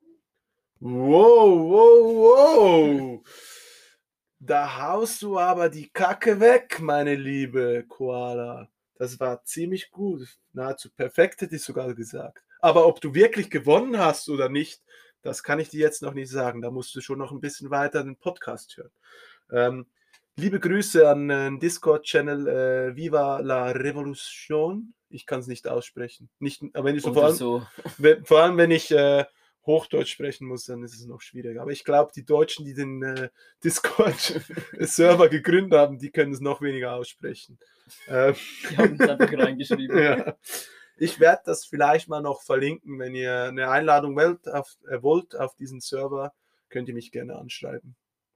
Wow, wow, wow! Da haust du aber die Kacke weg, meine liebe Koala. Das war ziemlich gut. Nahezu perfekt, hätte ich sogar gesagt. Aber ob du wirklich gewonnen hast oder nicht, das kann ich dir jetzt noch nicht sagen. Da musst du schon noch ein bisschen weiter den Podcast hören. Liebe Grüße an den Discord-Channel Viva la Revolution. Ich kann es nicht aussprechen. Nicht, aber wenn ich so, Oder so. vor allem, wenn ich Hochdeutsch sprechen muss, dann ist es noch schwieriger. Aber ich glaube, die Deutschen, die den Discord-Server gegründet haben, die können es noch weniger aussprechen. Die haben es einfach reingeschrieben. Ja. Ich werde das vielleicht mal noch verlinken. Wenn ihr eine Einladung wollt auf diesen Server, könnt ihr mich gerne anschreiben.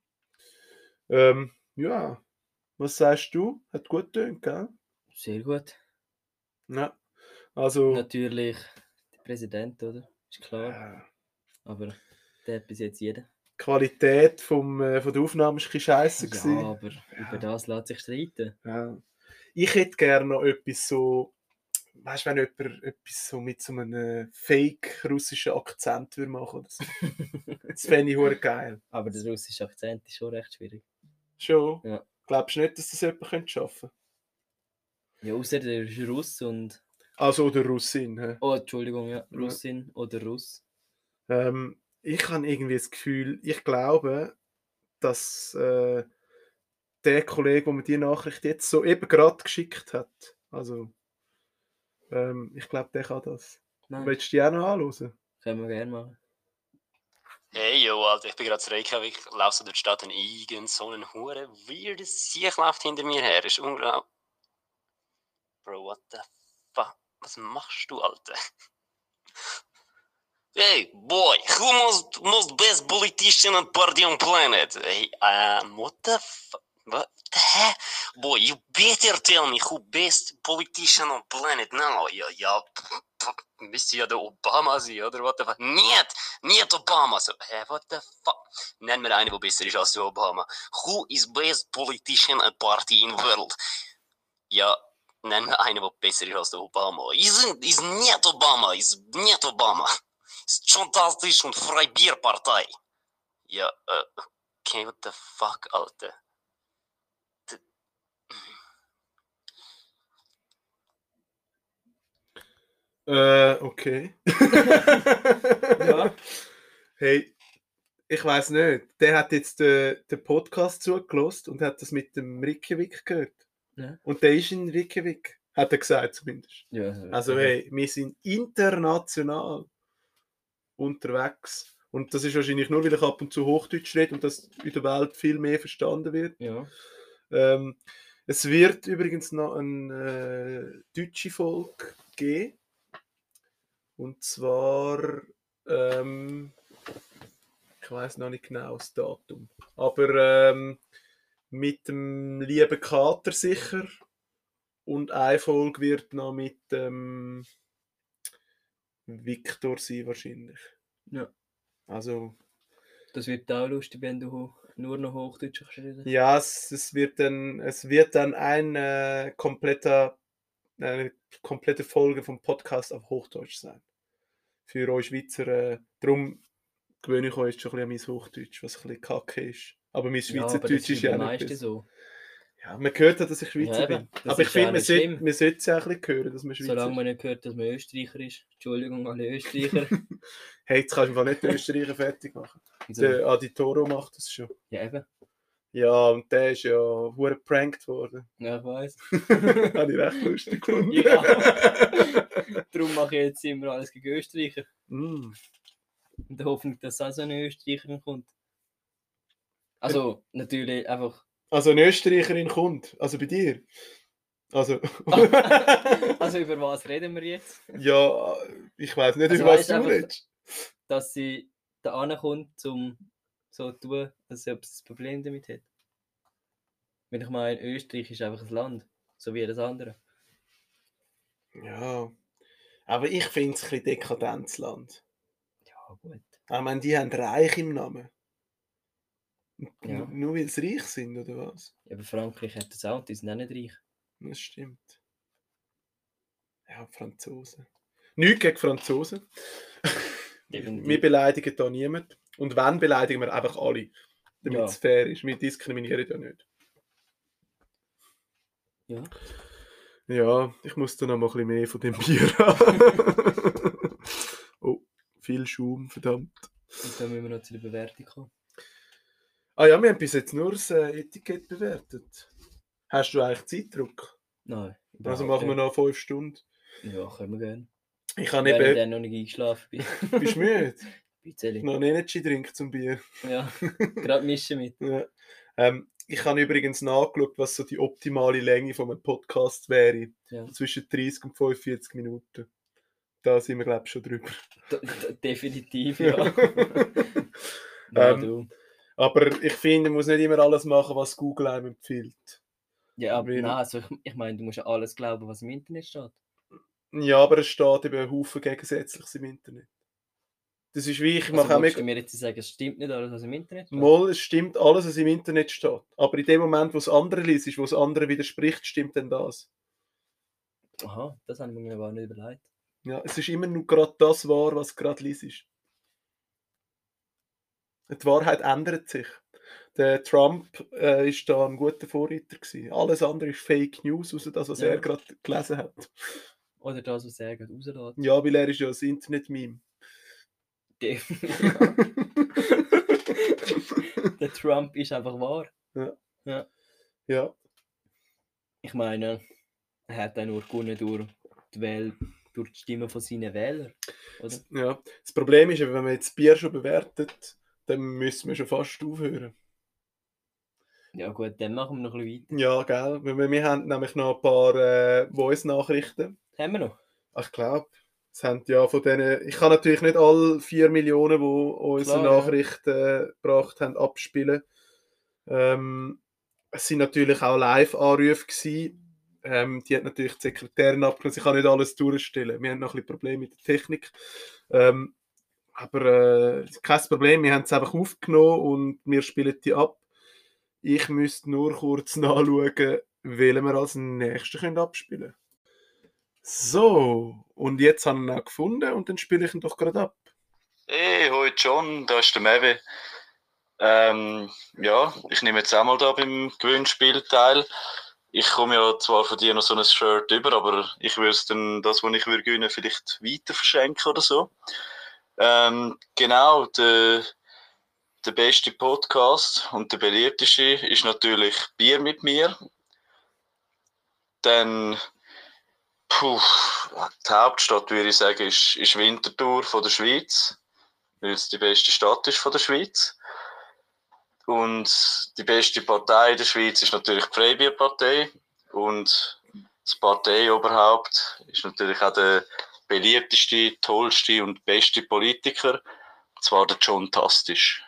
Ja, was sagst du? Hat gut getönt, gell? Sehr gut. Ja, also... Natürlich der Präsident, oder? Ist klar. Aber der hat bis jetzt jeder. Die Qualität von der Aufnahme war ein bisschen scheisse. Ja, aber über das lässt sich streiten. Ja. Ich hätte gerne noch etwas so, weißt du, wenn jemand etwas so mit so einem fake-russischen Akzent würde machen oder so. Das fände ich verdammt geil. Aber der russische Akzent ist schon recht schwierig. Schon? Ja. Glaubst du nicht, dass das jemand schaffen könnte? Ja, außer der ist Russ und... Also, oder Russin. He? Oh, Entschuldigung, ja. Russin oder Russ. Ich habe irgendwie das Gefühl, ich glaube, dass der Kollege, der mir die Nachricht jetzt so eben gerade geschickt hat, also ich glaube, der kann das. Nein, Willst du die auch noch anhören? können wir gerne machen. Hey, yo, Alter, ich bin gerade zu Reykjavik, laufe so durch die Stadt und irgend so ein hure weirdes Sieg läuft hinter mir her. Ist unglaublich. Bro, what the fuck? Was machst du, Alter? Hey, boy, who most best politician and party on planet? Hey, what the fuck? What the heck? Boy, you better tell me who best politician on planet now. Ja, müsste ja der Obama sein, oder? What the fuck? Niet Obama. So, what the fuck? Nenn mir einen, der besser ist als der Obama. Who is best politician and party in world? Ja, nenn mir einen, der besser ist als der Obama. Is nicht Obama, is nicht Obama. Ist schon fantastisch und Freibierpartei. Ja, okay, what the fuck, Alter? Okay. Ja. Hey, ich weiß nicht. Der hat jetzt den Podcast zugelassen und hat das mit dem Reykjavik gehört. Ja. Und der ist in Reykjavik, hat er gesagt zumindest. Ja, Also hey, wir sind international unterwegs. Und das ist wahrscheinlich nur, weil ich ab und zu Hochdeutsch rede und das in der Welt viel mehr verstanden wird. Ja. Es wird übrigens noch eine deutsche Folge geben. Und zwar, ich weiß noch nicht genau das Datum, aber mit dem lieben Kater sicher. Und eine Folge wird noch mit Victor sein wahrscheinlich. Ja. Also, Das wird auch lustig, wenn du nur noch Hochdeutsch reden. ja, es wird dann eine komplette Folge vom Podcast auf Hochdeutsch sein. Für euch Schweizer, darum gewöhne ich euch schon ein bisschen an mein Hochdeutsch, was ein bisschen kacke ist. Aber mein Schweizerdeutsch ist ja nicht besser. so. Ja, man hört ja, dass ich Schweizer Ja, bin. eben. Das Aber ich ist ja finde, nicht schlimm. man sollte es ja auch ein bisschen hören, dass man Schweizer Solange ist. man nicht hört, dass man Österreicher ist. Entschuldigung, alle Österreicher. Hey, jetzt kannst du einfach nicht den Österreicher fertig machen. Wieso? Der Aditoro macht das schon. Ja, eben. Ja, und der ist ja hure geprankt worden. Ja, ich weiss. Habe ich recht lustig gefunden. Ja. Darum mache ich jetzt immer alles gegen Österreicher. Mm. In der Hoffnung, dass auch so ein Österreicher kommt. Also, natürlich einfach... Also eine Österreicherin kommt, also bei dir. Also, Also, über was reden wir jetzt? ja, ich weiß nicht, Also über was weißt du einfach- redest. Dass sie da ankommt, um so zu tun, als ob sie ein Problem damit hat. Wenn ich meine, Österreich ist einfach ein Land, so wie jedes andere. Ja, aber ich finde es ein bisschen Dekadenzland. Ja, gut. Ich meine, die haben Reich im Namen. Ja. Nur weil sie reich sind, oder was? Ja, aber Frankreich hat das auch, und die sind auch nicht reich. Das stimmt. Ja, Franzosen. Nichts gegen Franzosen. Definitiv. Wir beleidigen da niemanden. Und wenn, beleidigen wir einfach alle. Damit Ja. es fair ist. Wir diskriminieren ja nicht. Ja. Ja, ich muss da noch mal ein bisschen mehr von dem Bier haben. Oh, viel Schaum, verdammt. Und dann müssen wir noch zu der Bewertung kommen. Ah ja, wir haben bis jetzt nur das Etikett bewertet. Hast du eigentlich Zeitdruck? Nein. Also überhaupt machen wir noch 5 Stunden. nicht. Ja, können wir gerne. Ich habe Wenn ich eben... dann noch nicht eingeschlafen bin. Bist du müde? Bisschen. Noch einen Energy-Drink zum Bier. Ja, gerade mischen mit. Ja. Ich habe übrigens nachgeschaut, was so die optimale Länge von einem Podcast wäre. Ja. Zwischen 30 und 45 Minuten. Da sind wir, glaube ich, schon drüber. Definitiv, ja. Ja, du. Aber ich finde, man muss nicht immer alles machen, was Google einem empfiehlt. Ja, aber Weil- nein, also ich meine, du musst ja alles glauben, was im Internet steht. Ja, aber es steht eben ein Haufen Gegensätzliches im Internet. Das ist wie, ich Also mache auch willst du mega... mir jetzt sagen, es stimmt nicht alles, was im Internet steht? Mal, es stimmt alles, was im Internet steht. Aber in dem Moment, wo es andere liest, wo es andere widerspricht, stimmt dann das. Aha, das habe ich mir gar nicht überlegt. Ja, es ist immer nur gerade das wahr, was gerade liest. Die Wahrheit ändert sich. Der Trump ist da ein guter Vorreiter gewesen. Alles andere ist Fake News, außer das, was Ja. er gerade gelesen hat. Oder das, was er gerade rauslässt. Ja, weil er ist ja ein Internet-Meme. Ja. Der Trump ist einfach wahr. Ja. Ich meine, er hat auch nur gewonnen durch die Stimme von seinen Wählern. Oder? Ja. Das Problem ist, wenn man jetzt Bier schon bewertet, dann müssen wir schon fast aufhören. Ja gut, dann machen wir noch ein bisschen Ja, gell? Weil wir haben nämlich noch ein paar Voice-Nachrichten. weiter. Haben wir noch? Ich glaube, es haben ja von denen... Ich kann natürlich nicht alle 4 Millionen, die unsere Klar, ja. Nachrichten gebracht haben, abspielen. Es sind natürlich auch Live-Anrufe gewesen. Die hat natürlich die Sekretärin abgenommen. Ich kann nicht alles durchstellen. Wir haben noch ein bisschen Probleme mit der Technik. Aber kein Problem, wir haben es einfach aufgenommen und wir spielen die ab. Ich müsste nur kurz nachschauen, welchen wir als nächstes abspielen können. So, und jetzt habe ich ihn auch gefunden und dann spiele ich ihn doch gerade ab. Hey, hoi John, da ist der Mewe. Ja, ich nehme jetzt auch mal da beim Gewinnspiel teil. Ich komme ja zwar von dir noch so ein Shirt über, aber ich würde dann das, was ich würde gewinnen, vielleicht weiter verschenken oder so. Genau, der beste Podcast und der beliebteste ist natürlich Bier mit mir. Dann, die Hauptstadt, würde ich sagen, ist Winterthur von der Schweiz. weil es die beste Stadt ist von der Schweiz. Und die beste Partei in der Schweiz ist natürlich die Freibierpartei. Und das Parteioberhaupt ist natürlich auch der beliebteste, tollste und beste Politiker. Und zwar der John Tastisch.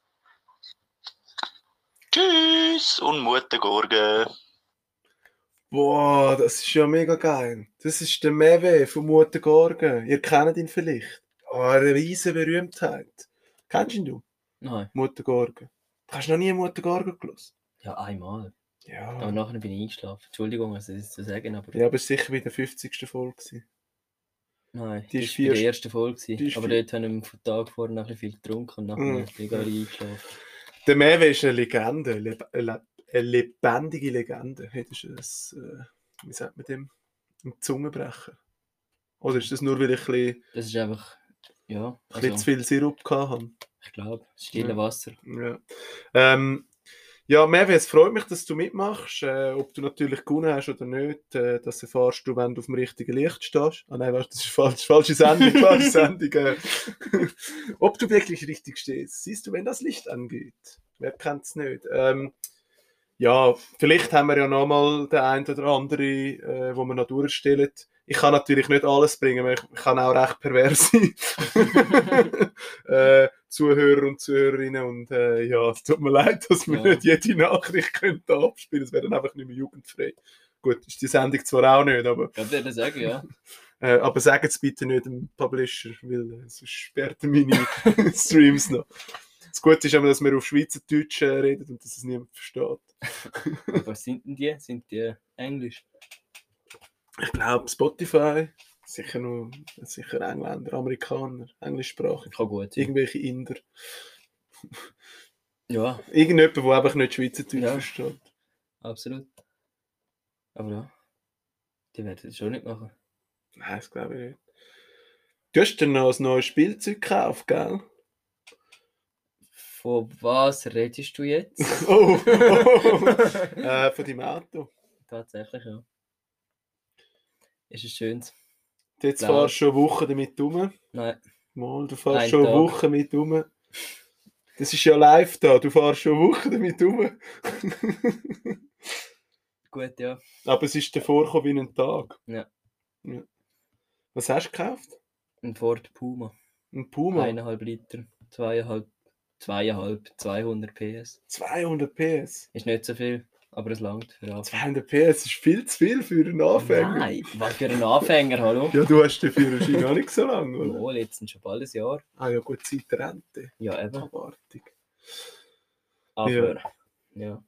Tschüss und Mutter Gorge. Boah, das ist ja mega geil. Das ist der Mewe von Mutter Gorge. Ihr kennt ihn vielleicht. Oh, eine riesen Berühmtheit. Kennst du ihn? Nein. Mutter Gorge. Du hast noch nie Mutter Gorge gehört? Ja, einmal. Ja. Aber nachher bin ich eingeschlafen. Entschuldigung, was ich zu sagen, aber... Ja, aber es war sicher bei der 50. Folge gewesen. Nein, Die das ist war bei der vier- ersten Folge. die ist Aber vier- dort habe ich am Tag vorher noch ein bisschen viel getrunken und nachher bin ich gar nicht eingeschlafen. Der Mewe ist eine Legende. Eine lebendige Legende. Hey, das ist wie sagt man dem? Ein Zungenbrecher. Oder ist das nur, weil ich ein bisschen, Das ist einfach... Ja, ein bisschen also, zu viel Sirup hatte? ich glaube, stille Ja. Wasser. Ja. Ja, Mewe, es freut mich, dass du mitmachst. Ob du natürlich gewonnen hast oder nicht, das erfährst du, wenn du auf dem richtigen Licht stehst. Ah nein, weißt, das ist falsche Sendung. Falsche Sendung. Ob du wirklich richtig stehst, siehst du, wenn das Licht angeht. Wer kennt es nicht? Ja, vielleicht haben wir ja noch mal den einen oder andere, wo wir noch durchstellen. Ich kann natürlich nicht alles bringen, weil ich kann auch recht pervers sein. Zuhörer und Zuhörerinnen und ja, es tut mir leid, dass wir Ja. nicht jede Nachricht könnten abspielen. Es wäre dann einfach nicht mehr jugendfrei. Gut, ist die Sendung zwar auch nicht, aber, Ich würde sagen, ja. aber sagt es bitte nicht dem Publisher, weil sonst sperrt er meine Streams noch. Das Gute ist aber, dass wir auf Schweizerdeutsch reden und dass es niemand versteht. Was sind denn die? Sind die Englisch? Ich glaube Spotify, sicher Engländer, Amerikaner, englischsprachig, Kann gut sein. irgendwelche Inder. Ja, Irgendjemand, der einfach nicht Schweizerdeutsch Ja. versteht. absolut. Aber ja, die werden das schon nicht machen. Nein, das glaube ich nicht. Du hast dir noch ein neues Spielzeug gekauft, gell? Von was redest du jetzt? Oh! Von deinem Auto. Tatsächlich, ja. Ist es schönes? Jetzt Blau. fahrst du schon Wochen damit rum. Nein. Mal, du fährst Ein schon Tag. Wochen mit rum. Das ist ja live da, du fährst schon Wochen damit rum. Gut, ja. Aber es ist davor gekommen wie ein Tag. Ja. Was hast du gekauft? Ein Ford Puma. Ein Puma? 1,5 Liter. 200 PS. 200 PS. Ist nicht so viel, aber es langt für Anfänger. 200 PS ist viel zu viel für einen Anfänger. Nein, was für ein Anfänger, hallo? Ja, du hast den Führerschein noch nicht so lange, oder? Oh, jetzt sind schon bald ein Jahr. Ah ja, gut, Zeit der Rente. Ja, eben. Abartig. Aber, ja.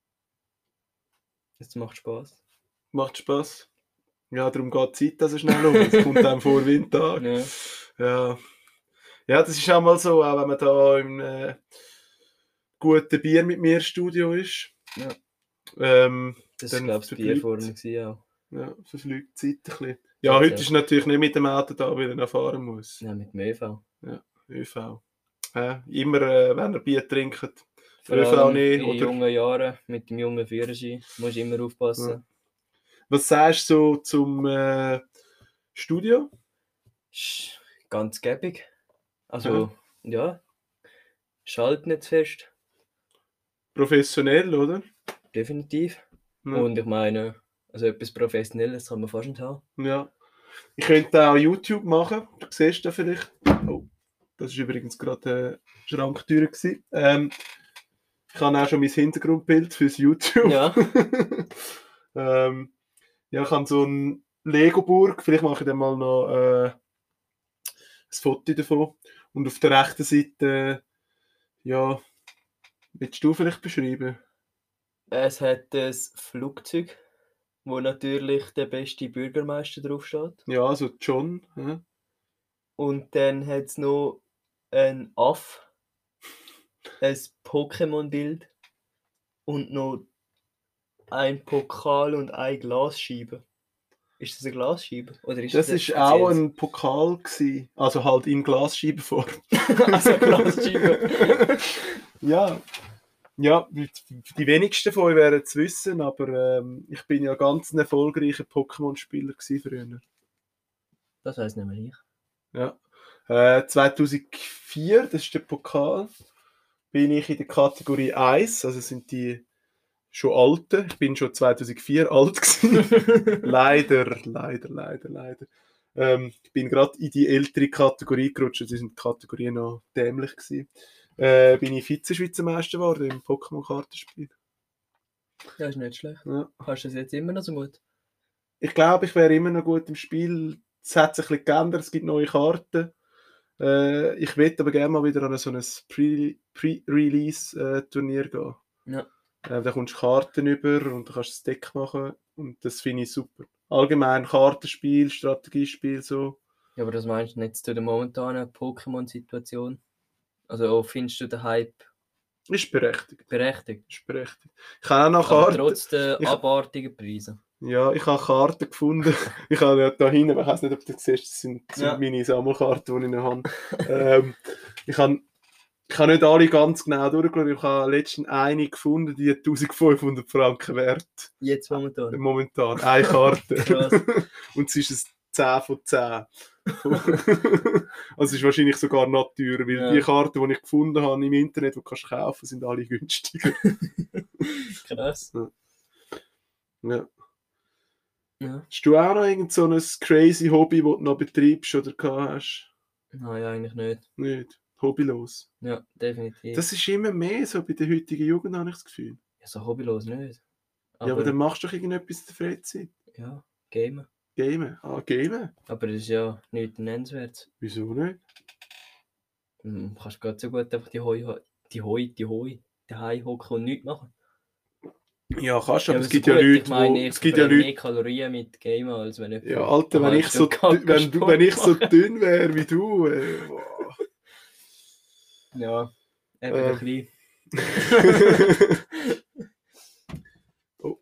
Es macht Spaß. Macht Spaß. Ja, darum geht die Zeit also schnell um. Es kommt einem vor wie ein Tag. Ja. Ja. Ja, das ist auch mal so, auch wenn man da im guten Bier mit mir Studio ist. Ja. Das Dann war, glaube ich, das Bier vorne gewesen, auch. Ja, verfliegt die Zeit ein bisschen. Ja, Ja, heute ja. ist natürlich nicht mit dem Auto da, weil er noch fahren muss. Ja, mit dem ÖV. ÖV. Immer, wenn ihr Bier trinkt, Vor ÖV allem nicht. in Oder jungen Jahren mit dem jungen Führerschein musst du immer aufpassen. was sagst du so zum Studio? Ist ganz gäbig. Also, ja. Schalt nicht zu fest. Professionell, oder? Definitiv. Ja. Und ich meine, also etwas Professionelles kann man fast nicht haben. Ja. Ich könnte auch YouTube machen. Du siehst das vielleicht. Oh, das war übrigens gerade Schranktür gewesen. Ich habe auch schon mein Hintergrundbild fürs YouTube. Ja. Ja, ich habe so eine Lego-Burg. Vielleicht mache ich dann mal noch ein Foto davon. Und auf der rechten Seite, ja, willst du vielleicht beschreiben? Es hat ein Flugzeug, wo natürlich der beste Bürgermeister draufsteht. Ja, also John. Ja. Und dann hat es noch einen Aff, ein Pokémon-Bild und noch ein Pokal und eine Glasscheibe. Ist das eine Glasscheibe? Oder ist Das ein ist auch spezielles? ein Pokal gewesen. Also halt in Glasscheibenform. Also eine Glasscheibe. Ja. Ja, die wenigsten von euch werden es wissen, aber ich bin ja ganz ein erfolgreicher Pokémon-Spieler gewesen früher. Das weiss nicht mehr ich. Ja. 2004, das ist der Pokal, bin ich in der Kategorie 1, also sind die schon Alten. Ich bin schon 2004 alt gewesen. Leider. Ich bin gerade in die ältere Kategorie gerutscht, also sind die Kategorien noch dämlich gewesen. Bin ich Vize-Schweizer Meister geworden im Pokémon-Kartenspiel. Ja, ist nicht schlecht. Ja. Hast du das jetzt immer noch so gut? Ich glaube, ich wäre immer noch gut im Spiel. Es hat sich ein bisschen geändert, es gibt neue Karten. Ich würde aber gerne mal wieder an so ein Pre-Release-Turnier gehen. Ja. Da kommst du Karten über und du kannst das Deck machen und das finde ich super. Allgemein Kartenspiel, Strategiespiel, so. Ja, aber das meinst du nicht zu der momentanen Pokémon-Situation? Also findest du den Hype Ist berechtigt. berechtigt? Ist berechtigt. Ich habe auch noch Aber Karten. trotz der abartigen Preise. Ja, ich habe Karten gefunden. Ich habe ja da hinten, ich weiß nicht, ob du siehst, das sind Ja. meine Sammelkarten, die ich noch habe. Ich habe nicht alle ganz genau durchgeschaut. Ich habe letztens eine gefunden, die 1500 Franken wert. Jetzt momentan. Momentan. Eine Karte. Krass. Und es ist ein 10 von 10. Also es ist wahrscheinlich sogar noch teurer, weil Ja. die Karten, die ich gefunden habe im Internet, die du kannst kaufen, sind alle günstiger. Krass. Ja. Ja. Hast du auch noch irgend so ein crazy Hobby, das du noch betreibst oder gehabt hast? Nein, eigentlich nicht. Nicht. Hobbylos. Ja, definitiv. Das ist immer mehr so bei der heutigen Jugend, habe ich das Gefühl. Ja, so hobbylos nicht. Ja, aber dann machst du doch irgendetwas in der Freizeit. Ja, Gamen. Gamen. Gamen. Aber das ist ja nichts nennenswertes. Wieso nicht? Du kannst gerade so gut einfach daheim hocken und nichts machen. Ja, kannst du, aber es so gibt ja gut, Leute, ich meine, es gibt ja verbrenne Leute. mehr Kalorien mit Gamen, als wenn ich... Ja, Alter, wenn ich so dünn wäre wie du. Wow. Ja, eben ein bisschen. Oh.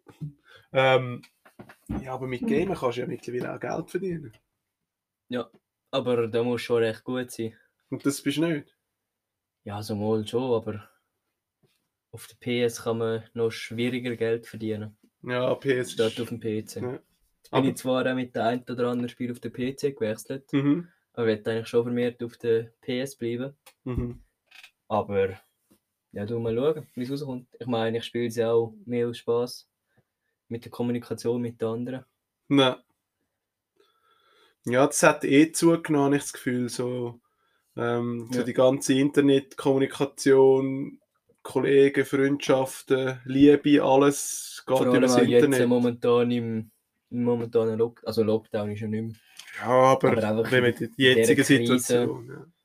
Ja, aber mit Gamen kannst du ja mittlerweile auch Geld verdienen. Ja, aber da muss schon recht gut sein. Und das bist du nicht. Ja, so mal schon, aber auf der PS kann man noch schwieriger Geld verdienen, Ja, PS. statt auf dem PC. Ja. Jetzt bin Aber- ich zwar auch mit dem einen oder anderen Spiel auf den PC gewechselt, Mhm. aber ich will eigentlich schon vermehrt auf der PS bleiben. Mhm. Aber ja, du mal schauen, wie es rauskommt. Ich meine, ich spiele es ja auch mehr aus Spaß mit der Kommunikation mit den anderen. Nein. Ja, das hat zugenommen, habe ich das Gefühl. So Ja. die ganze Internetkommunikation, Kollegen, Freundschaften, Liebe, alles geht Vor über allem das auch jetzt Internet. momentan im momentanen Lockdown ist ja nicht mehr. Ja, aber einfach wenn in wir die dieser jetzige Krise- Situation.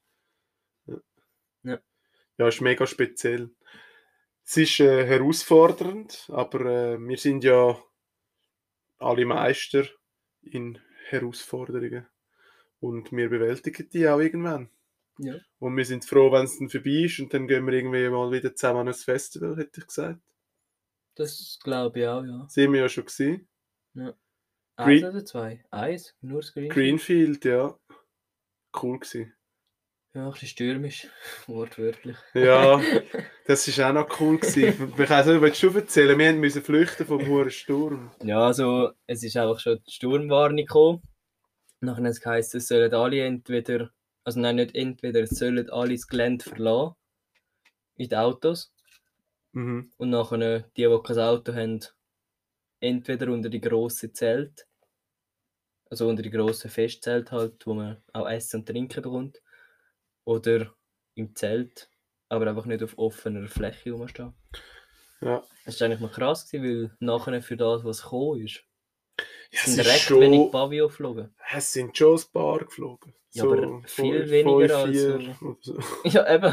Ja. Ja, ist mega speziell. Es ist herausfordernd, aber wir sind ja alle Meister in Herausforderungen. Und wir bewältigen die auch irgendwann. Ja. Und wir sind froh, wenn es dann vorbei ist und dann gehen wir irgendwie mal wieder zusammen an ein Festival, hätte ich gesagt. Das glaube ich auch, ja. Sind wir ja schon gesehen. Eins Green- oder zwei? Eins? Nur das Green? Greenfield, ja. Cool gewesen. Ja, ein bisschen stürmisch, wortwörtlich. Ja, das war auch noch cool gewesen. Ich weiss nicht, willst du erzählen? Wir mussten flüchten vom hohen Sturm. Ja, also es ist einfach schon die Sturmwarnung gekommen. Nachher hat es geheißen, es sollen alle entweder, also nein, nicht entweder, es sollen alle das Gelände verlassen. In den Autos. Mhm. Und nachher die kein Auto haben, entweder unter die grossen Zelte, also unter die grossen Festzelte halt, wo man auch Essen und Trinken bekommt, oder im Zelt, aber einfach nicht auf offener Fläche rumstehen. Ja. Das war eigentlich mal krass, gewesen, weil nachher für das, was gekommen ist, Ja, sind recht wenig Pavillon geflogen. Es sind schon ein paar geflogen. Ja, aber viel 5, weniger 4 als oder so. Ja, eben.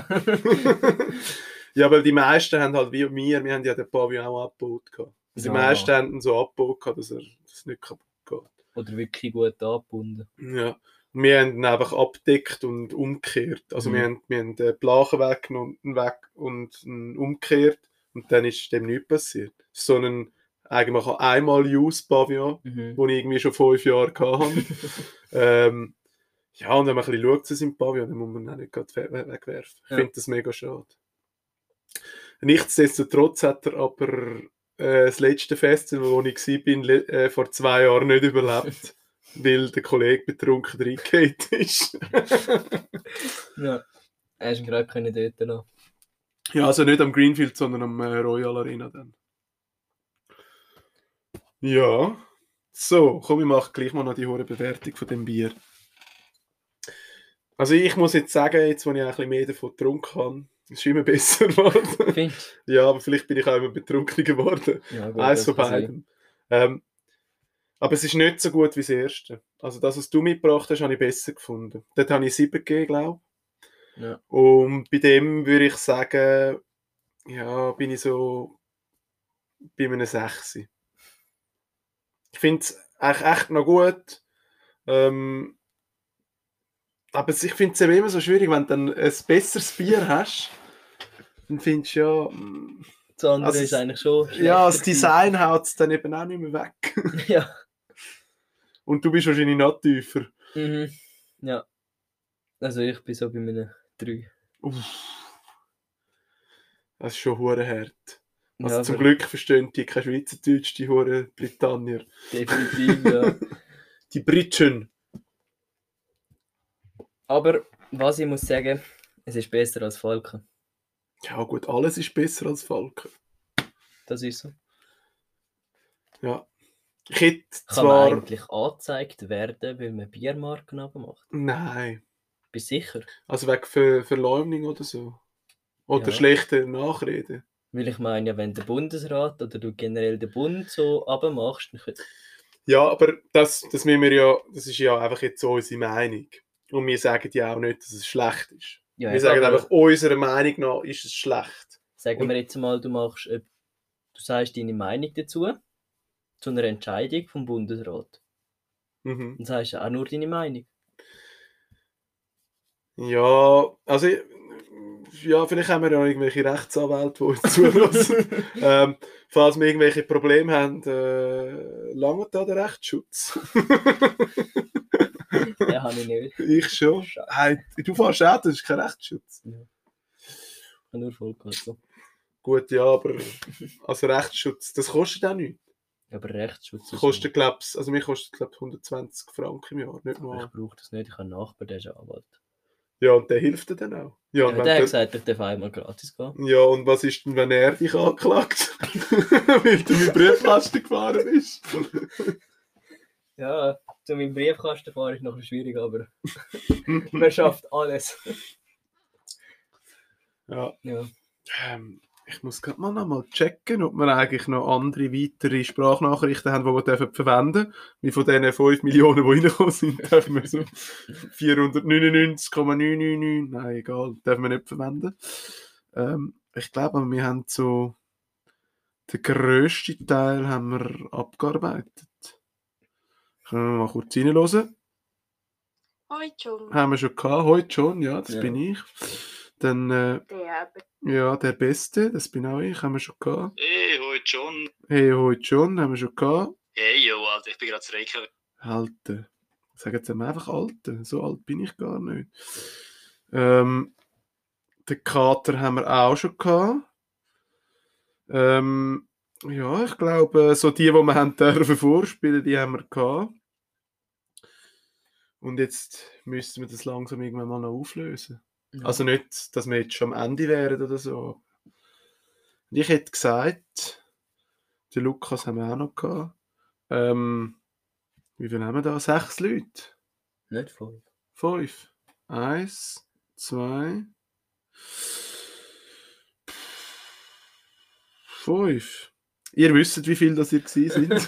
Ja, aber die meisten haben halt wie wir haben ja den Pavillon auch abgebaut gehabt. Also die Ja. meisten haben ihn so abgebaut gehabt, dass er das nicht kaputt geht. Oder wirklich gut angebunden. Ja. Und wir haben ihn einfach abgedeckt und umgekehrt. Also wir haben die Blachen weggenommen und ihn umgekehrt und dann ist dem nichts passiert. So ein eigentlich einmal Use-Pavillon, den ich irgendwie schon 5 Jahre hatte. Ja, und wenn man ein bisschen schaut zu seinem Pavillon, dann muss man ihn auch nicht gerade wegwerfen. Ich Ja. finde das mega schade. Nichtsdestotrotz hat er aber das letzte Festival, wo ich war, vor 2 Jahren nicht überlebt. weil der Kollege betrunken reingehauen ist. Ja. Hast du gerade können dort noch. Ja, also nicht am Greenfield, sondern am Royal Arena dann. Ja. So, komm, ich mache gleich mal noch die hohe Bewertung von dem Bier. Also ich muss jetzt sagen, jetzt wo ich ein bisschen mehr davon getrunken habe, ist es immer besser geworden. Findest Ja, aber vielleicht bin ich auch immer betrunkener geworden. du? Ja, gut, Eins das von kann sein. beidem. Aber es ist nicht so gut wie das erste. Also das, was du mitgebracht hast, habe ich besser gefunden. Dort habe ich 7 gegeben, glaube ich. Ja. Und bei dem würde ich sagen, ja, bin ich so bei einem 6. Ich finde es eigentlich echt noch gut. Aber ich finde es immer so schwierig, wenn du dann ein besseres Bier hast, dann findest du ja... Das andere Also ist eigentlich schon Ja, das schlechter Design haut es dann eben auch nicht mehr weg. gewesen. Ja. Und du bist wahrscheinlich noch tiefer. Mhm. Ja. Also ich bin so bei meinen 3. Uff. Das ist schon hure hart. Also Ja, zum aber Glück verstehen die kein Schweizerdeutsch, die hure Britannier. definitiv, ja. Die Britschen. Aber was ich muss sagen, es ist besser als Falken. Ja gut, alles ist besser als Falken. Das ist so. Ja. Ich hätte Kann man zwar... eigentlich angezeigt werden, weil man Biermarken abmacht? Nein. Bist du sicher? Also wegen Verleumdung oder so. Oder Ja. schlechte Nachrede. Weil ich meine, ja, wenn der Bundesrat oder du generell den Bund so abmachst, dann Ja, aber das müssen wir ja, das ist ja einfach jetzt so unsere Meinung. Und wir sagen ja auch nicht, dass es schlecht ist. ja, Wir sagen aber einfach, unserer Meinung nach ist es schlecht. sagen wir jetzt mal, du sagst deine Meinung dazu, zu einer Entscheidung vom Bundesrat. Mhm. Dann sagst du auch nur deine Meinung. Ja, also ja, vielleicht haben wir ja irgendwelche Rechtsanwälte, die uns zulassen. Falls wir irgendwelche Probleme haben, langt da der Rechtsschutz? Den habe ich nicht. Ich schon. Scheiße. Hey, du fährst auch, das ist kein Rechtsschutz. Ich habe nur Vollkatze. Gut, ja, aber also Rechtsschutz, das kostet auch nichts. Aber Rechtsschutz ist Kostet, glaub's, also mir kostet, glaube ich, 120 Franken im Jahr, nicht so. Ich mal. brauche das nicht, ich habe einen Nachbar, der ist Anwalt. Ja, und der hilft dir dann auch. Ja, Ja, und wenn der hat du- gesagt, ich darf einmal gratis gehen. Ja, und was ist denn, wenn er dich anklagt? Weil du mit Briefkasten gefahren bist? Ja, zu meinem Briefkasten fahren ist noch ein bisschen schwierig, aber man schafft alles. Ja. Ja. Ich muss gerade mal noch mal checken, ob wir eigentlich noch andere weitere Sprachnachrichten haben, die wir verwenden dürfen. Wie von diesen 5 Millionen, die reingekommen sind, dürfen wir so 499,999, nein, egal, dürfen wir nicht verwenden. Ich glaube, wir haben so den grössten Teil haben wir abgearbeitet. Können wir mal kurz reinhören? Hoi John. Haben wir schon gehabt, heute schon, ja, das Ja. bin ich. Dann, ja, der Beste, das bin auch ich, haben wir schon gehabt. Hey, hoi John. Hey, heute schon, haben wir schon gehabt. Hey, yo, Alter, ich bin gerade zu Reykjavik. Alter. Sagen jetzt einfach Alter. So alt bin ich gar nicht. Den Kater haben wir auch schon gehabt. Ja, ich glaube, so die wir haben dürfen vorspielen, die haben wir gehabt. Und jetzt müssten wir das langsam irgendwann mal noch auflösen. Ja. Also nicht, dass wir jetzt schon am Ende wären oder so. Und ich hätte gesagt, den Lukas haben wir auch noch gehabt. Wie viel haben wir da? 6 Leute? Nicht voll. 5. 1, 2, 5. Ihr wisst, wie viel das ihr gewesen sind.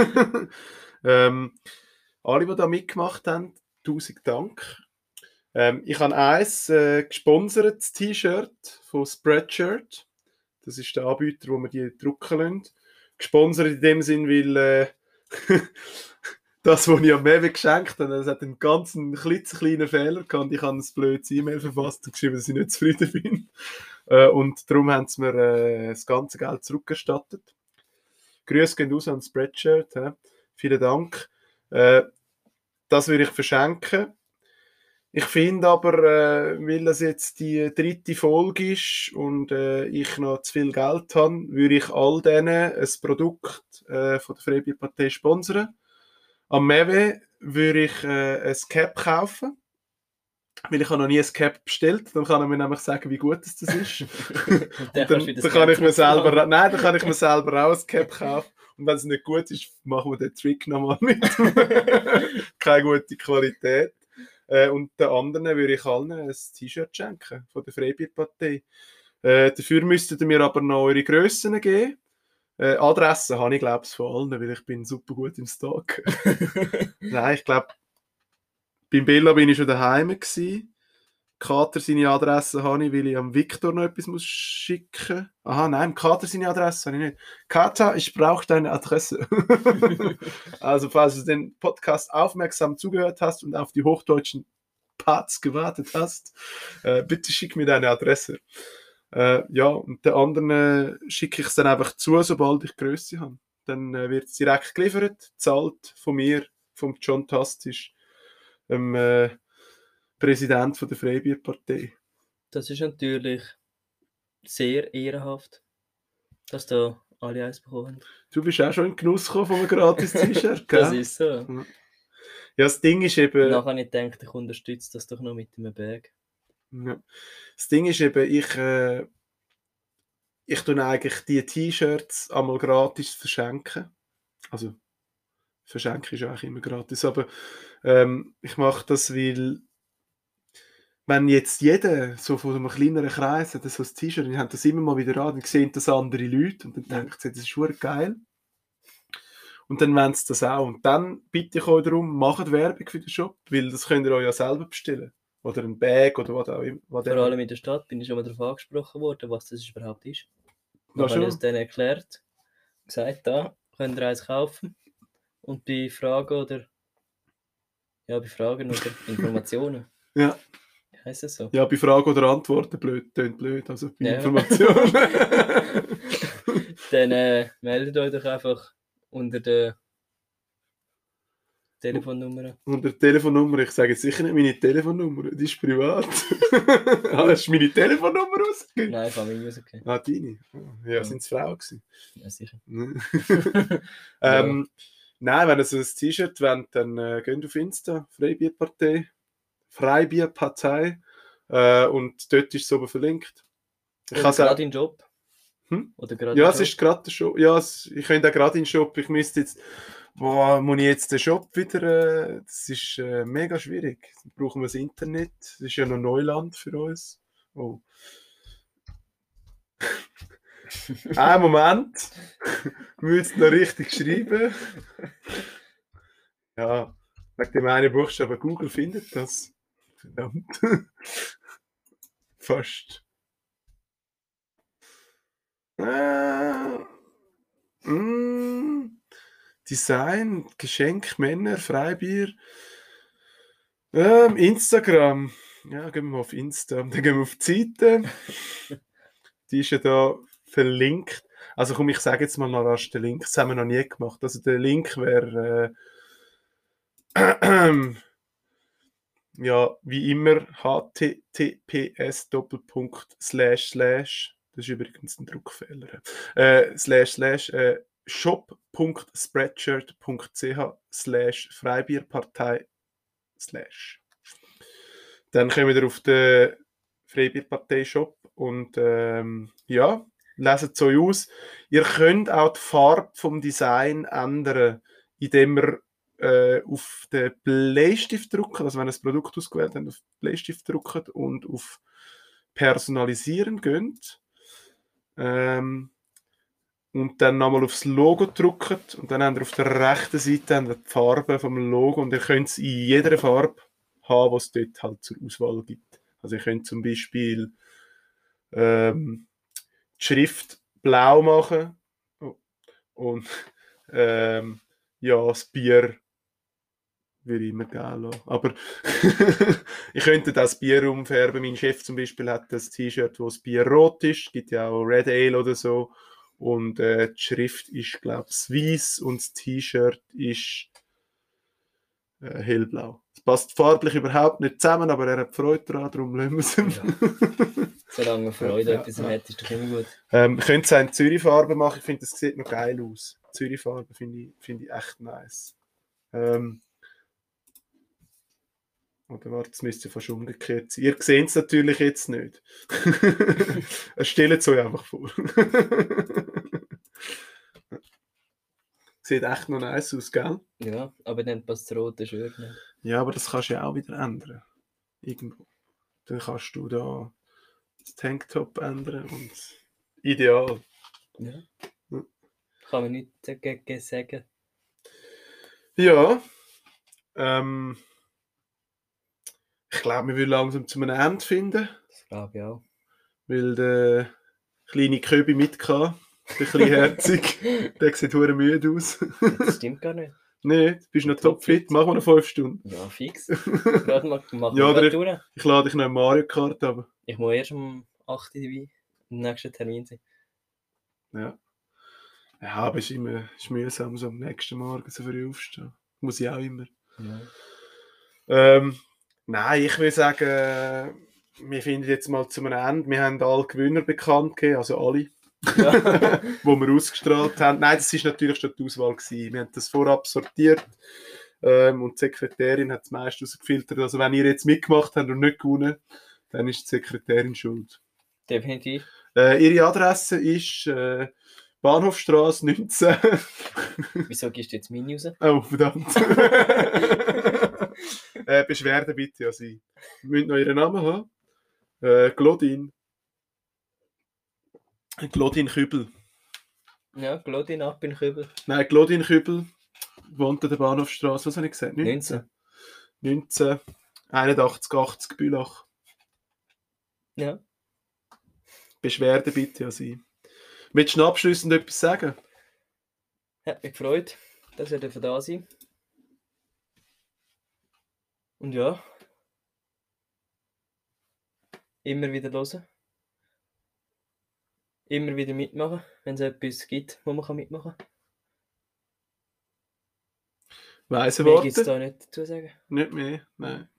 Alle, die da mitgemacht haben, 1000 Dank. Ich habe eins gesponsertes T-Shirt von Spreadshirt. Das ist der Anbieter, wo wir die drucken lassen. Gesponsert in dem Sinn, weil das, was ich am Mewe geschenkt habe, das hat einen ganz klitzekleinen Fehler gehabt. Und ich habe ein blödes E-Mail verfasst und geschrieben, dass ich nicht zufrieden bin. Und darum haben sie mir das ganze Geld zurückerstattet. Grüße gehen raus an Spreadshirt. Vielen Dank. Das würde ich verschenken. Ich finde aber, weil das jetzt die 3. Folge ist und ich noch zu viel Geld habe, würde ich all denen ein Produkt von der Freibierpartei sponsern. Am Mewe würde ich ein Cap kaufen. Weil ich habe noch nie ein Cap bestellt, dann kann er mir nämlich sagen, wie gut das ist. Und dann dann kann ich mir selber, dann kann ich mir selber auch ein Cap kaufen. Und wenn es nicht gut ist, machen wir den Trick nochmal mit. Keine gute Qualität. Und den anderen würde ich allen ein T-Shirt schenken von der Freibierpartei. Dafür müsstet ihr mir aber noch eure Grössen geben. Adressen habe ich, glaube ich, von allen, weil ich bin super gut im Stock. Nein, ich glaube, beim Bella bin ich schon daheim gewesen. Kater seine Adresse habe ich, weil ich am Victor noch etwas muss schicken. Aha, nein, Kater seine Adresse habe ich nicht. Kater, ich brauche deine Adresse. Also, falls du den Podcast aufmerksam zugehört hast und auf die hochdeutschen Parts gewartet hast, bitte schick mir deine Adresse. Ja, und den anderen schicke ich es dann einfach zu, sobald ich Grösse habe. Dann wird es direkt geliefert, zahlt von mir, vom John Tastisch, dem Präsident von der Freibierpartei. Das ist natürlich sehr ehrenhaft, dass da alle eins bekommen. Du bist auch schon in Genuss gekommen von einem gratis T-Shirt, gell? Das ist so. Ja, das Ding ist eben... Nachher habe ich gedacht, ich unterstütze das doch noch mit einem Bag. Ja. Das Ding ist eben, ich tue eigentlich die T-Shirts einmal gratis verschenken. Also, verschenken ist eigentlich immer gratis, aber ich mache das, weil wenn jetzt jeder so von einem kleineren Kreis hat so ein T-Shirt, dann haben das immer mal wieder an, dann sehen das andere Leute und dann denken sie, das ist verdammt geil. Und dann wollen sie das auch. Und dann bitte ich euch darum, macht Werbung für den Shop, weil das könnt ihr euch ja selber bestellen. Oder ein Bag oder was auch immer. Vor allem in der Stadt bin ich schon mal darauf angesprochen worden, was das überhaupt ist. Ja, Dann habe ich es denen erklärt, gesagt, da könnt ihr eins kaufen. Und bei Fragen oder Informationen. Ja. Heißt das so? Ja, bei Fragen oder Antworten tönt blöd, also bei Ja. Informationen. Dann meldet euch doch einfach unter der Telefonnummer. Unter der Telefonnummer, ich sage jetzt sicher nicht meine Telefonnummer, die ist privat. Hast du meine Telefonnummer rausgegeben? Nein, Familie rausgegeben. Ah, deine? Ja, sind es Frauen gewesen? Ja, sicher. Nein, wenn ihr so ein T-Shirt wollt, dann geht auf Insta, Freibierpartei, und dort ist es oben verlinkt. Oder gerade in den Job. Oder gerade ja, es ist gerade der Shop. Ja, ich könnte auch gerade in den Shop. Ich müsste jetzt... muss ich jetzt den Shop wieder... das ist mega schwierig. Dann brauchen wir das Internet. Das ist ja noch Neuland für uns. Oh. Moment. Ich muss jetzt noch richtig schreiben. Ja, wegen dem einen Buchstaben Google findet das. Verdammt. Fast. Design, Geschenk, Männer, Freibier. Instagram. Ja, gehen wir mal auf Insta. Dann gehen wir auf die Seite. Die ist ja da verlinkt. Also komm, ich sage jetzt mal noch rasch den Link. Das haben wir noch nie gemacht. Also der Link wäre ja, wie immer https:// das ist übrigens ein Druckfehler. /shop.spreadshirt.ch/Freibierpartei/. Dann kommen wir auf den Freibierpartei-Shop und ja, leset es euch aus. Ihr könnt auch die Farbe vom Design ändern, indem ihr auf den Bleistift drücken, also wenn ihr das Produkt ausgewählt habt, auf den Bleistift drücken und auf Personalisieren geht. Und dann nochmal aufs Logo drücken und dann habt ihr auf der rechten Seite die Farbe vom Logo und ihr könnt es in jeder Farbe haben, was es dort halt zur Auswahl gibt. Also ihr könnt zum Beispiel die Schrift blau machen und ja, das Bier würde ich immer gerne lassen. Aber ich könnte das Bier umfärben. Mein Chef zum Beispiel hat das T-Shirt, wo das Bier rot ist. Es gibt ja auch Red Ale oder so. Und die Schrift ist, glaube ich, weiß und das T-Shirt ist hellblau. Es passt farblich überhaupt nicht zusammen, aber er hat Freude daran, darum lassen wir es ihm. Ja. Solange man Freude an etwas hat, ist doch immer gut. Ich könnte es auch in Zürich-Farbe machen. Ich finde, das sieht noch geil aus. Zürich-Farbe finde ich echt nice. Oder warte, das müsste fast umgekehrt sein. Ihr seht es natürlich jetzt nicht. Stellt es euch einfach vor. Sieht echt noch nice aus, gell? Ja, aber dann passt das rote Shirt nicht. Ja, aber das kannst du ja auch wieder ändern. Irgendwo. Dann kannst du da das Tanktop ändern und ideal. Ja. Ja. Kann man nichts dagegen sagen. Ja. Ich glaube, wir würden langsam zu einem Ende finden, Das glaube ich auch. weil der kleine Köbi mitgehabt, der kleinherzig, der sieht verdammt müde aus. Das stimmt gar nicht. Nee, du bist noch Topfit. topfit, machen wir noch 5 Stunden. Ja, fix. Gerade machen Ja, wir oder gerade durch. Ich lade dich noch in Mario Kart, aber Ich muss erst um 8 Uhr dabei im nächsten Termin sein. ja. Ja, aber es ist mühsam, so am nächsten Morgen so früh aufstehen. Muss ich auch immer. Ja. Nein, ich will sagen, wir finden jetzt mal zu einem Ende. Wir haben alle Gewinner bekannt gegeben, also alle, Ja. wo wir ausgestrahlt haben. Nein, das war natürlich schon die Auswahl gewesen. Wir haben das vorab sortiert und die Sekretärin hat das meiste rausgefiltert. Also wenn ihr jetzt mitgemacht habt und nicht gewonnen, dann ist die Sekretärin schuld. Definitiv. Ihre Adresse ist Bahnhofstrasse 19. Wieso gehst du jetzt meine raus? Oh, verdammt. Beschwerden bitte an Sie. Wir müssen noch Ihren Namen haben. Glodin. Glodin Kübel. Ja, Glodin ab in Kübel. Nein, Glodin Kübel wohnt an der Bahnhofstrasse. Was habe ich gesagt? 19. 81, 80 Bülach. Ja. Beschwerden bitte an Sie. Willst du noch abschliessend etwas sagen? Hat mich gefreut, dass ihr da sein. Und ja. Immer wieder hören. Immer wieder mitmachen, wenn es etwas gibt, wo man mitmachen kann. Weise Mehr gibt es Worte? da nicht dazu sagen. Nicht mehr? Nein.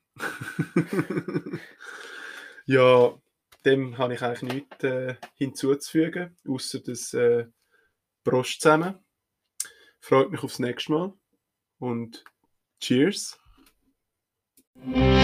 Ja, dem habe ich eigentlich nichts hinzuzufügen, außer das Prost zusammen. Freut mich aufs nächste Mal und Cheers.